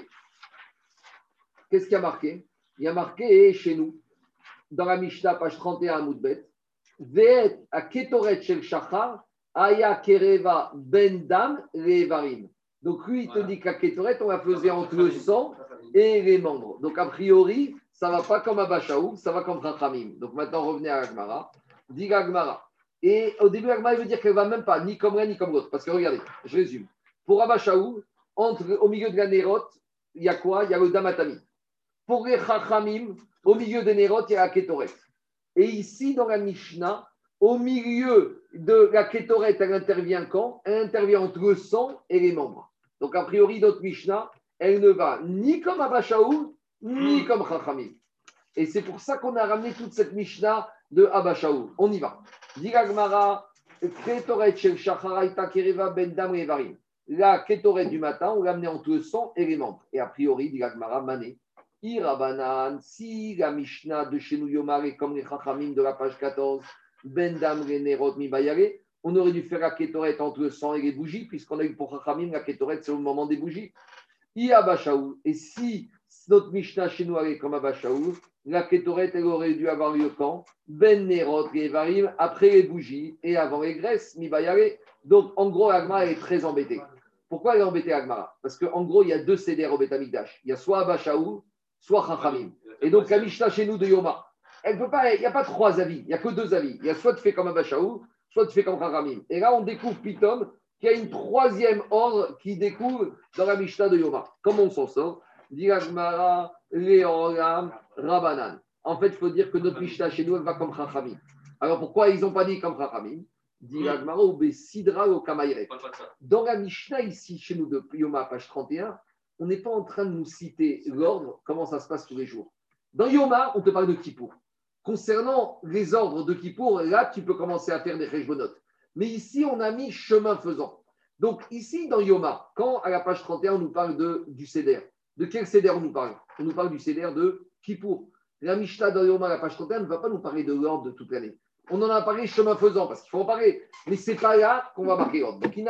Speaker 1: Qu'est-ce qui a marqué? Il y a marqué chez nous, dans la Mishnah, page 31, Moudbet, Ve'et a Ketoret shel Shachar, Aya Kereva Ben Dam Levarim. Donc, lui, il te dit qu'à Ketoret, on la faisait entre le sang et les membres. Donc, a priori, ça ne va pas comme Abba Shaul, ça va comme Chachamim. Donc, maintenant, revenez à Agmara. Dit Agmara. Et au début, Agmara, il veut dire qu'elle ne va même pas, ni comme l'un, ni comme l'autre. Parce que regardez, je résume. Pour Abba Shaul, au milieu de la Nérote, il y a quoi? Il y a le Damatami. Pour les Chachamim, au milieu des Nérotes, il y a la Kétoret. Et ici, dans la Mishnah, au milieu de la Kétoret, elle intervient quand? Elle intervient entre le sang et les membres. Donc, a priori, notre Mishnah, elle ne va ni comme Abba Shaul, ni comme Chachamim. Et c'est pour ça qu'on a ramené toute cette Mishnah de Abba Shaul. On y va. Diga Gemara, Kétoret shel Shacharaita Kereva Ben Dam Levarim. La Kétoret du matin, on l'a amenée entre le sang et les membres. Et a priori, Diga Gemara, Mané. Irabanan, si la Mishnah de chez nous Yomar est comme les Chachamim de la page 14, Ben Dam Nerot Mi Bayare, on aurait dû faire la Kétoret entre le sang et les bougies, puisqu'on a eu pour Chachamim la Kétoret, c'est au moment des bougies. Abba Shaul. Et si notre Mishnah chez nous est comme Abba Shaul, la Kétoret, elle aurait dû avoir lieu quand? Ben Nerot et Varim, après les bougies et avant les graisses, Mi Bayare. Donc, en gros, Agmara est très embêtée. Pourquoi elle est embêtée, Agmara? Parce qu'en gros, il y a deux Seder au Beth Amikdash. Il y a soit Abba Shaul, soit Chachamim. Et donc, la Mishnah chez nous de Yoma, elle peut pas, il n'y a pas trois avis, il n'y a que deux avis. Il y a soit tu fais comme Abba Shaul, soit tu fais comme Chachamim. Et là, on découvre Pitom qu'il y a une troisième ordre qui découle dans la Mishnah de Yoma. Comment on s'en sort? Diragmara, Leoram, Rabanan. En fait, il faut dire que notre Mishnah chez nous, elle va comme Chachamim. Alors, pourquoi ils n'ont pas dit comme Chachamim? Diragmara ou Besidra ou Kamayre. Dans la Mishnah ici, chez nous de Yoma, page 31, on n'est pas en train de nous citer l'ordre, comment ça se passe tous les jours. Dans Yoma, on te parle de Kippour. Concernant les ordres de Kippour, là, tu peux commencer à faire des Rejbonot. Mais ici, on a mis chemin faisant. Donc, ici, dans Yoma, quand à la page 31, on nous parle du Seder, de quel Seder on nous parle? On nous parle du Seder de Kippour. La Mishnah dans Yoma, à la page 31, ne va pas nous parler de l'ordre de toute l'année. On en a parlé chemin faisant, parce qu'il faut en parler. Mais ce n'est pas là qu'on va marquer l'ordre. Donc,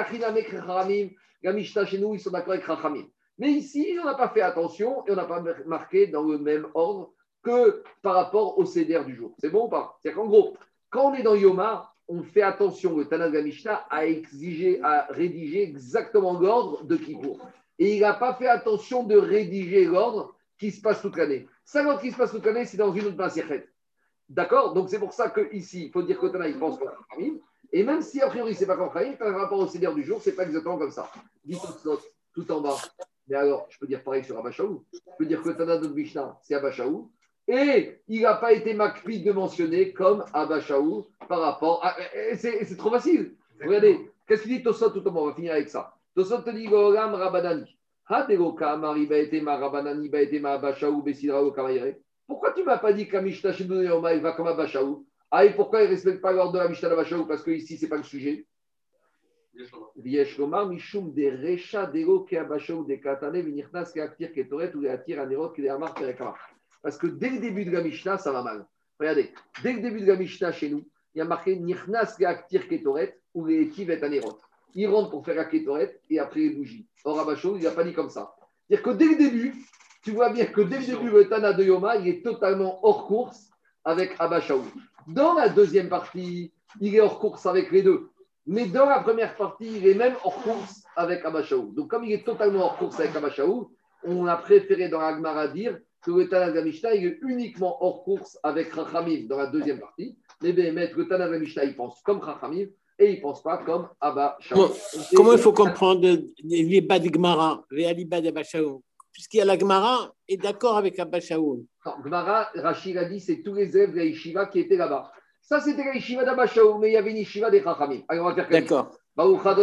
Speaker 1: la Mishnah chez nous, ils sont d'accord avec Chachamim. Mais ici, on n'a pas fait attention et on n'a pas marqué dans le même ordre que par rapport au Seder du jour. C'est bon ou pas? C'est-à-dire qu'en gros, quand on est dans Yoma, on fait attention, le Tana de la Mishnah, à rédiger exactement l'ordre de Kippour. Et il n'a pas fait attention de rédiger l'ordre qui se passe toute l'année. Ça, l'ordre qui se passe toute l'année, c'est dans une autre Masechet. D'accord? Donc c'est pour ça qu'ici, il faut dire que Tana, il pense comme Chachamim. Et même si a priori, c'est pas comme Chachamim, par rapport au Seder du jour, c'est pas exactement comme ça. Dit tout en bas. Mais alors, je peux dire pareil sur Abba Shaul. Je peux dire que Tana de Mishnah, c'est Abba Shaul. Et il n'a pas été makpid de mentionner comme Abba Shaul par rapport à. C'est trop facile. Regardez, qu'est-ce qu'il dit Tosot tout en bas? On va finir avec ça. Tosot te dit Goram Rabbanani. Pourquoi tu ne m'as pas dit que la Mishnah chez nous, il va comme Abba Shaul? Ah, et pourquoi il ne respecte pas l'ordre de la Mishnah d'Abba Shaul? Parce que ici, ce n'est pas le sujet. Parce que dès le début de la Mishnah, ça va mal. Regardez, dès le début de la Mishnah chez nous, il y a marqué Nichnas Keaktir Ketoret ou les Kivet Anerot. Il rentre pour faire la Ketoret et après les bougies. Or, Abba Shaul, il n'a pas dit comme ça. C'est-à-dire que dès le début, tu vois bien que dès le début, le Tana de Yoma, il est totalement hors course avec Abba Shaul. Dans la deuxième partie, il est hors course avec les deux. Mais dans la première partie, il est même hors course avec Abba Shaul. Donc, comme il est totalement hors course avec Abba Shaul, on a préféré dans la Gemara dire que le Tana de la Mishnah, il est uniquement hors course avec Rachamim dans la deuxième partie. Mais le Tana de la Mishnah, il pense comme Rachamim et il ne pense pas comme Abba Shaul.
Speaker 4: Comment il faut comprendre les bas de Gemara, les alibas d'Abba Shaul? Puisqu'il y a la Gemara est d'accord avec Abba Shaul.
Speaker 1: Non, Gemara, Rachid a dit, c'est tous les élèves de la Yeshiva qui étaient là-bas. Ça, c'était la Yeshiva d'Abba Shaul, mais il y avait une Yeshiva des Chachamim. Alors, on va faire comme ça.
Speaker 4: D'accord.
Speaker 1: Baruch